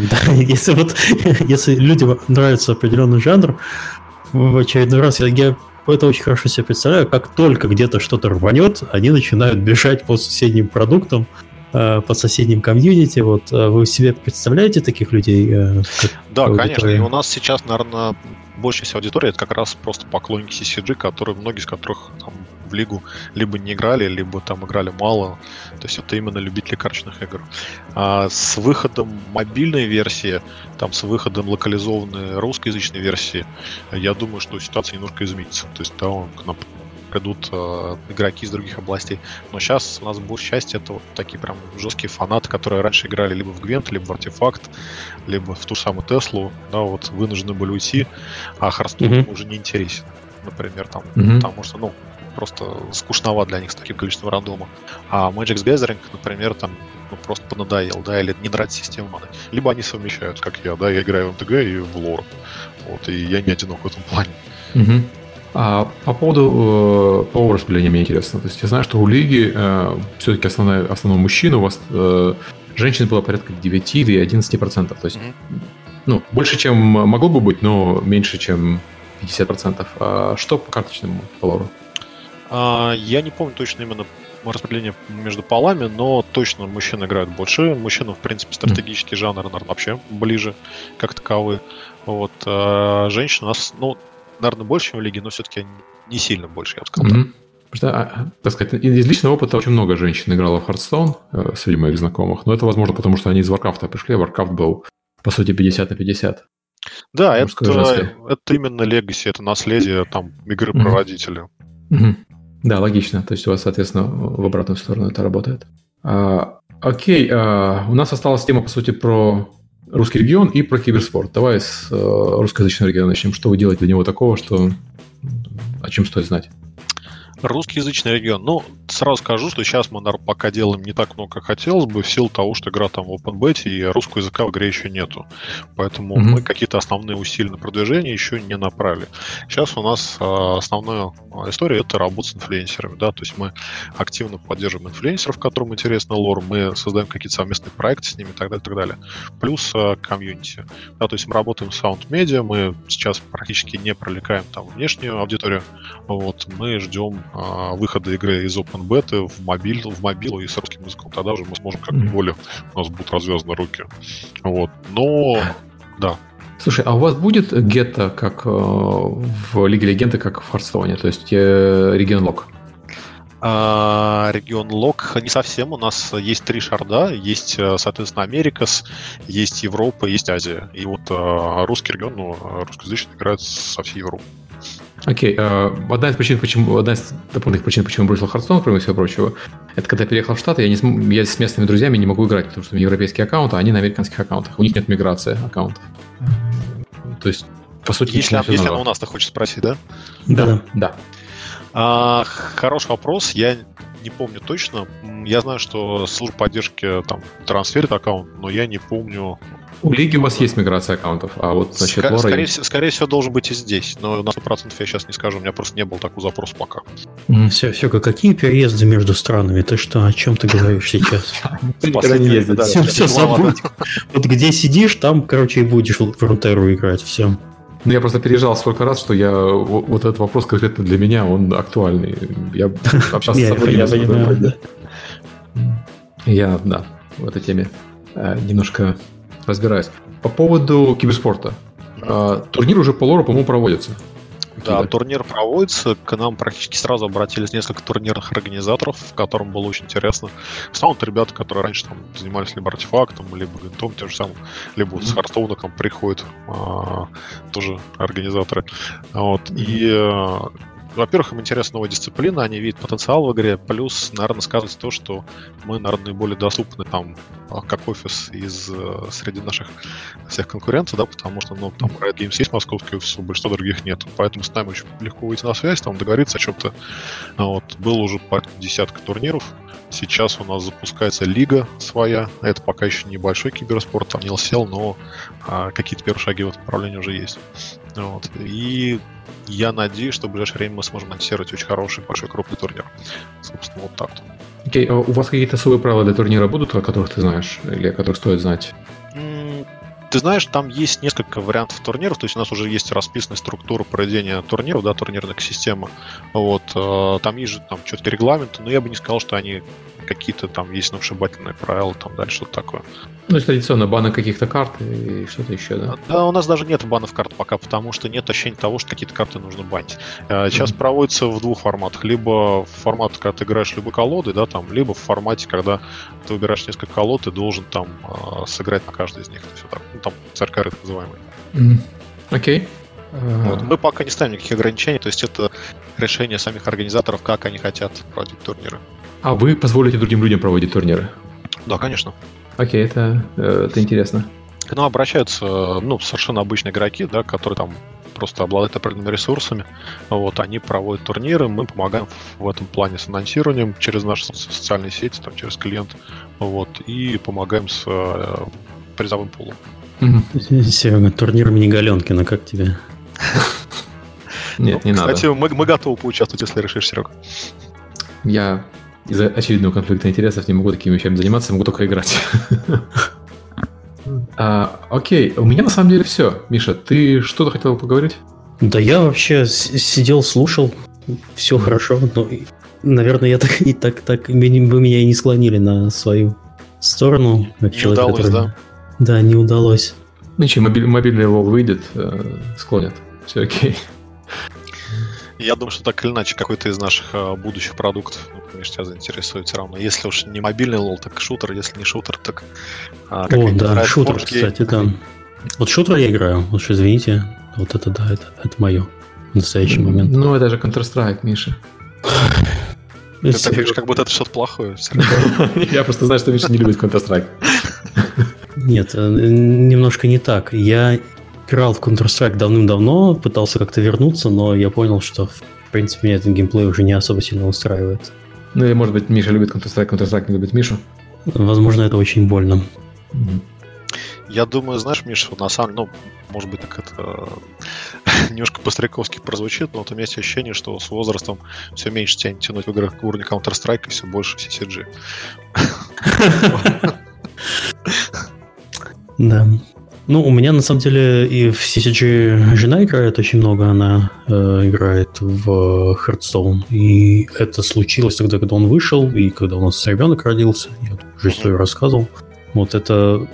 если людям нравится определенный жанр, в очередной раз я это очень хорошо себе представляю, как только где-то что-то рванет, они начинают бежать по соседним продуктам, по соседним комьюнити. Вы себе представляете таких людей? Да, конечно. И у нас сейчас, наверное, большая часть аудитории это как раз просто поклонники CCG, многие из которых там в лигу либо не играли, либо там играли мало. То есть это именно любители карточных игр. А с выходом мобильной версии, с выходом локализованной русскоязычной версии, я думаю, что ситуация немножко изменится. То есть к нам придут игроки из других областей. Но сейчас у нас большая часть это такие прям жесткие фанаты, которые раньше играли либо в Гвент, либо в Артефакт, либо в ту самую Теслу, вынуждены были уйти, а Hearthstone уже не интересен, например, потому что, просто скучновато для них с таким количеством рандома. А Magic's Gathering, например, просто понадоел, или не нравится система маны. Либо они совмещают, как я, я играю в МТГ и в лор. И я не одинок в этом плане. А по поводу распределения мне интересно. То есть я знаю, что у лиги все-таки основной мужчина, у вас женщин было порядка 9 или 11%. То есть, больше, чем могло бы быть, но меньше, чем 50%. А что по карточному по лору? Я не помню точно именно распределение между полами, но точно мужчины играют больше. Мужчинам, в принципе, стратегический жанр, наверное, вообще ближе, как таковые. Женщин у нас, наверное, больше, чем в лиге, но все-таки не сильно больше, я бы сказал. Так сказать, из личного опыта очень много женщин играло в Hearthstone среди моих знакомых, но это, возможно, потому что они из Warcraft пришли, а Warcraft был, по сути, 50/50. Да, это именно легаси, это наследие игры-прародителя. Да, логично. То есть у вас, соответственно, в обратную сторону это работает. Окей, у нас осталась тема, по сути, про русский регион и про киберспорт. Давай с русскоязычного региона начнем. Что вы делаете для него такого, о чем стоит знать? Русскоязычный регион. Сразу скажу, что сейчас мы, наверное, пока делаем не так много, как хотелось бы, в силу того, что игра в OpenBeta, и русского языка в игре еще нету. Поэтому мы какие-то основные усилия на продвижение еще не направили. Сейчас у нас основная история — это работа с инфлюенсерами. Да? То есть мы активно поддерживаем инфлюенсеров, которым интересно лор, мы создаем какие-то совместные проекты с ними и так далее, и так далее. Плюс комьюнити. Да, то есть мы работаем с Sound Media, мы сейчас практически не привлекаем внешнюю аудиторию. Мы ждем выхода игры из OpenBeta в мобилу и с русским языком. Тогда уже мы сможем как-то более... У нас будут развязаны руки. Но... Да. Слушай, а у вас будет гетто, как в Лиге Легенды, как в Hearthstone? То есть регион лог? Регион лог не совсем. У нас есть 3 шарда. Есть, соответственно, Америкас, есть Европа, есть Азия. И русский регион, русскоязычный играет со всей Европы. Окей. Одна из дополнительных причин, почему бросил Hearthstone, кроме всего прочего, это когда я переехал в Штаты, я с местными друзьями не могу играть, потому что у меня европейские аккаунты, а они на американских аккаунтах. У них нет миграции аккаунтов. То есть, по сути... Если она у нас, ты хочешь спросить, да? Да. Хороший вопрос. Я не помню точно. Я знаю, что служба поддержки трансферит аккаунт, но я не помню... У Лиги у вас есть миграция аккаунтов, а вот насчет лора... Скорее всего, должен быть и здесь, но на 100% я сейчас не скажу, у меня просто не было такого запроса пока. Все, какие переезды между странами? Ты что, о чем ты говоришь сейчас? Все забудь. Где сидишь, там, и будешь в Рунтеру играть, все. Я просто переезжал столько раз, что этот вопрос конкретно для меня, он актуальный. Я общался с собой. Я, в этой теме немножко разбираюсь. По поводу киберспорта. Турнир уже по лору, по-моему, проводится. Да, турнир проводится. К нам практически сразу обратились несколько турнирных организаторов, в котором было очень интересно. В основном это ребята, которые раньше занимались либо артефактом, либо гвинтом, тем же самым, либо с Hearthstone приходят тоже организаторы. И во-первых, им интересна новая дисциплина, они видят потенциал в игре, плюс, наверное, сказывается то, что мы, наверное, наиболее доступны там как офис среди наших всех конкурентов, да, потому что, ну, там Riot Games есть московский офис, у большинства других нет, поэтому с нами очень легко выйти на связь, там договориться о чем-то. Вот, было уже порядка десятка турниров, сейчас у нас запускается лига своя, это пока еще небольшой киберспорт, там не LCL, но какие-то первые шаги в этом направлении уже есть. Вот, и я надеюсь, что в ближайшее время мы сможем анонсировать очень хороший, большой, крупный турнир. Собственно, вот так-то. Окей, а у вас какие-то особые правила для турнира будут, о которых ты знаешь, или о которых стоит знать? Ты знаешь, там есть несколько вариантов турниров, то есть у нас уже есть расписанная структура проведения турниров, да, турнирная система. Вот, там есть же там четкие регламенты, но я бы не сказал, что они какие-то там есть сногсшибательные правила, там дальше что-то такое. Ну, это традиционно баны каких-то карт и что-то еще, да? Да, у нас даже нет банов карт пока, потому что нет ощущения того, что какие-то карты нужно банить. Сейчас проводится в двух форматах. Либо в формате, когда ты играешь любые колоды, да, там, либо в формате, когда ты выбираешь несколько колод, ты должен там сыграть на каждой из них. Все так. Ну, там царькары так называемые. Окей. Вот. Мы пока не ставим никаких ограничений, то есть это решение самих организаторов, как они хотят проводить турниры. А вы позволите другим людям проводить турниры? Да, конечно. Окей, это интересно. К нам обращаются, ну, совершенно обычные игроки, да, которые там просто обладают определенными ресурсами. Вот, они проводят турниры, мы помогаем в этом плане с анонсированием через наши социальные сети, там, через клиент, вот, и помогаем с призовым пулом. Серега, турнир мини-галенкина, как тебе? Нет, не надо. Кстати, мы готовы поучаствовать, если решишь, Серега. Я из-за очевидного конфликта интересов не могу такими вещами заниматься, могу только играть. Окей, у меня на самом деле все. Миша, ты что-то хотел поговорить? Да я вообще сидел, слушал, все хорошо, но, наверное, я так вы меня и не склонили на свою сторону. Как не человек, удалось, который... да? Да, не удалось. Ну ничего, мобильный WoW выйдет, склонят. Все окей. Я думаю, что так или иначе какой-то из наших будущих продуктов, ну, конечно, тебя заинтересует все равно. Если уж не мобильный лол, так шутер. Если не шутер, так... О, да, шутер, кстати, да. Вот шутер я играю, уж извините. Вот это да, это мое в настоящий момент. Ну, это же Counter-Strike, Миша. Ты так говоришь, как будто это что-то плохое. Я просто знаю, что Миша не любит Counter-Strike. Нет, немножко не так. Я играл в Counter-Strike давным-давно, пытался как-то вернуться, но я понял, что, в принципе, меня этот геймплей уже не особо сильно устраивает. Ну или, может быть, Миша любит Counter-Strike, Counter-Strike не любит Мишу? Возможно, это очень больно. Я думаю, знаешь, Миша, на самом деле, ну, может быть, так это немножко по-стариковски прозвучит, но вот у меня есть ощущение, что с возрастом все меньше тебя тянуть в играх уровня Counter-Strike и все больше в CCG. Да. Ну, у меня, на самом деле, и в CCG жена играет очень много, она играет в Hearthstone, и это случилось тогда, когда он вышел, и когда у нас ребенок родился, я уже историю рассказывал. Вот это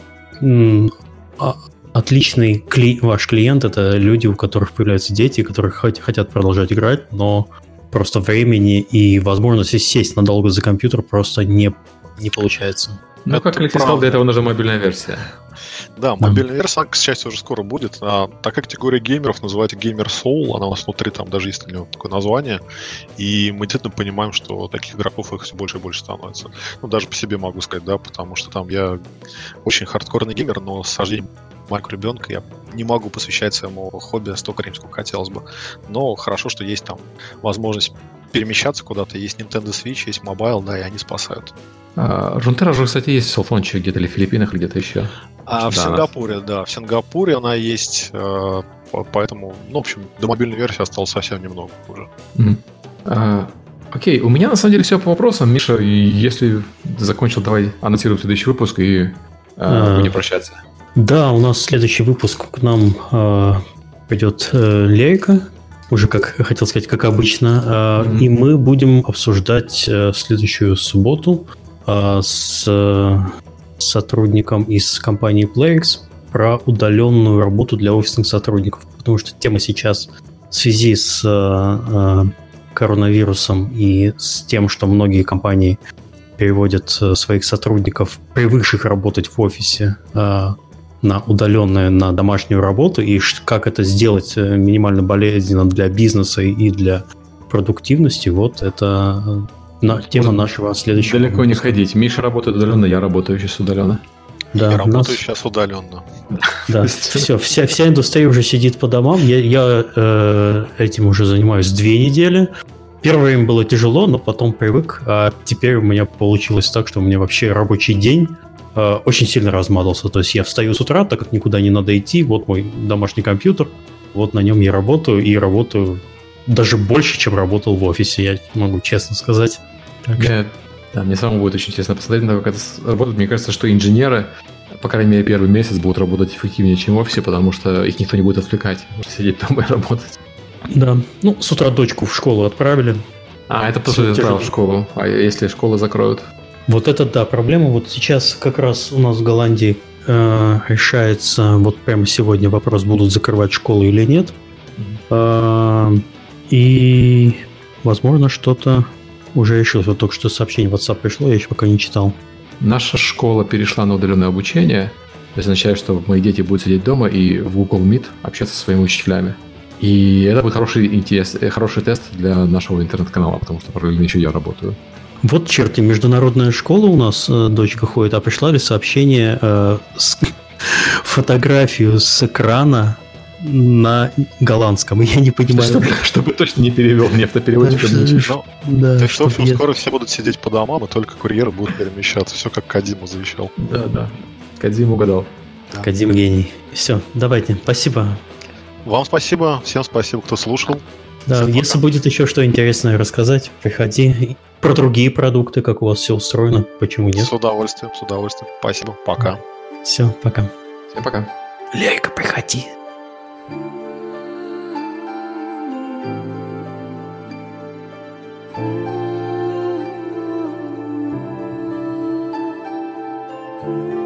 отличный ваш клиент, это люди, у которых появляются дети, которые хотят продолжать играть, но просто времени и возможности сесть надолго за компьютер просто не получается. Ну, это как Алексей сказал, для этого нужна мобильная версия. Да, мобильная версия, к счастью, уже скоро будет. Такая категория геймеров называется Gamer Soul, она у нас внутри, там даже есть у него такое название. И мы действительно понимаем, что таких игроков их все больше и больше становится. Ну, даже по себе могу сказать, да, потому что там я очень хардкорный геймер, но с рождением маленького ребенка я не могу посвящать своему хобби столько времени, сколько хотелось бы. Но хорошо, что есть там возможность перемещаться куда-то, есть Nintendo Switch, есть Mobile, да, и они спасают. Runeterra же, кстати, есть в селфончике где-то или в Филиппинах, или где-то еще. В Сингапуре, да. В Сингапуре она есть, поэтому, ну, в общем, до мобильной версии осталось совсем немного уже. Окей, у меня на самом деле все по вопросам. Миша, если закончил, давай анонсируем следующий выпуск и будем прощаться. Да, у нас следующий выпуск к нам придет Лейка, уже, как хотел сказать, как обычно, и мы будем обсуждать следующую субботу с сотрудником из компании PlayX про удаленную работу для офисных сотрудников, потому что тема сейчас в связи с коронавирусом и с тем, что многие компании переводят своих сотрудников, привыкших работать в офисе, на удаленную, на домашнюю работу, и как это сделать минимально болезненно для бизнеса и для продуктивности, вот это тема нашего следующего. Далеко не ходить. Миша работает удаленно, я работаю сейчас удаленно. Да, я работаю сейчас удаленно. Да, все, вся индустрия уже сидит по домам. Я этим уже занимаюсь 2 недели. Первое им было тяжело, но потом привык. А теперь у меня получилось так, что у меня вообще рабочий день очень сильно размазался. То есть я встаю с утра, так как никуда не надо идти. Вот мой домашний компьютер. Вот на нем я работаю. И работаю даже больше, чем работал в офисе, я могу честно сказать. Да, мне самому будет очень интересно посмотреть, как это работает. Мне кажется, что инженеры, по крайней мере, первый месяц будут работать эффективнее, чем в офисе, потому что их никто не будет отвлекать. Можно сидеть дома и работать. Да, ну, с утра дочку в школу отправили. Это тоже отправил в школу. А если школы закроют? Вот это, да, проблема. Вот сейчас как раз у нас в Голландии решается, вот прямо сегодня вопрос, будут закрывать школу или нет. И, возможно, что-то уже решилось. Вот только что сообщение в WhatsApp пришло, я еще пока не читал. Наша школа перешла на удаленное обучение. Это означает, что мои дети будут сидеть дома и в Google Meet общаться со своими учителями. И это будет хороший тест для нашего интернет-канала, потому что параллельно еще я работаю. Вот черти, международная школа у нас, дочка ходит, а пришла ли сообщение фотографию с экрана на голландском, я не понимаю. Чтобы точно не перевел, мне автопереводчиком не учил. То есть, в общем, скоро все будут сидеть по домам, и только курьеры будут перемещаться. Все как Кодзима завещал. Да. Кодзима угадал. Да. Кодзима гений. Все, давайте, спасибо. Вам спасибо, всем спасибо, кто слушал. Да, если будет еще что интересное рассказать, приходи. Про другие продукты, как у вас все устроено, почему нет? С удовольствием. Спасибо, пока. Все, пока. Всем пока. Лерика, приходи. Thank you.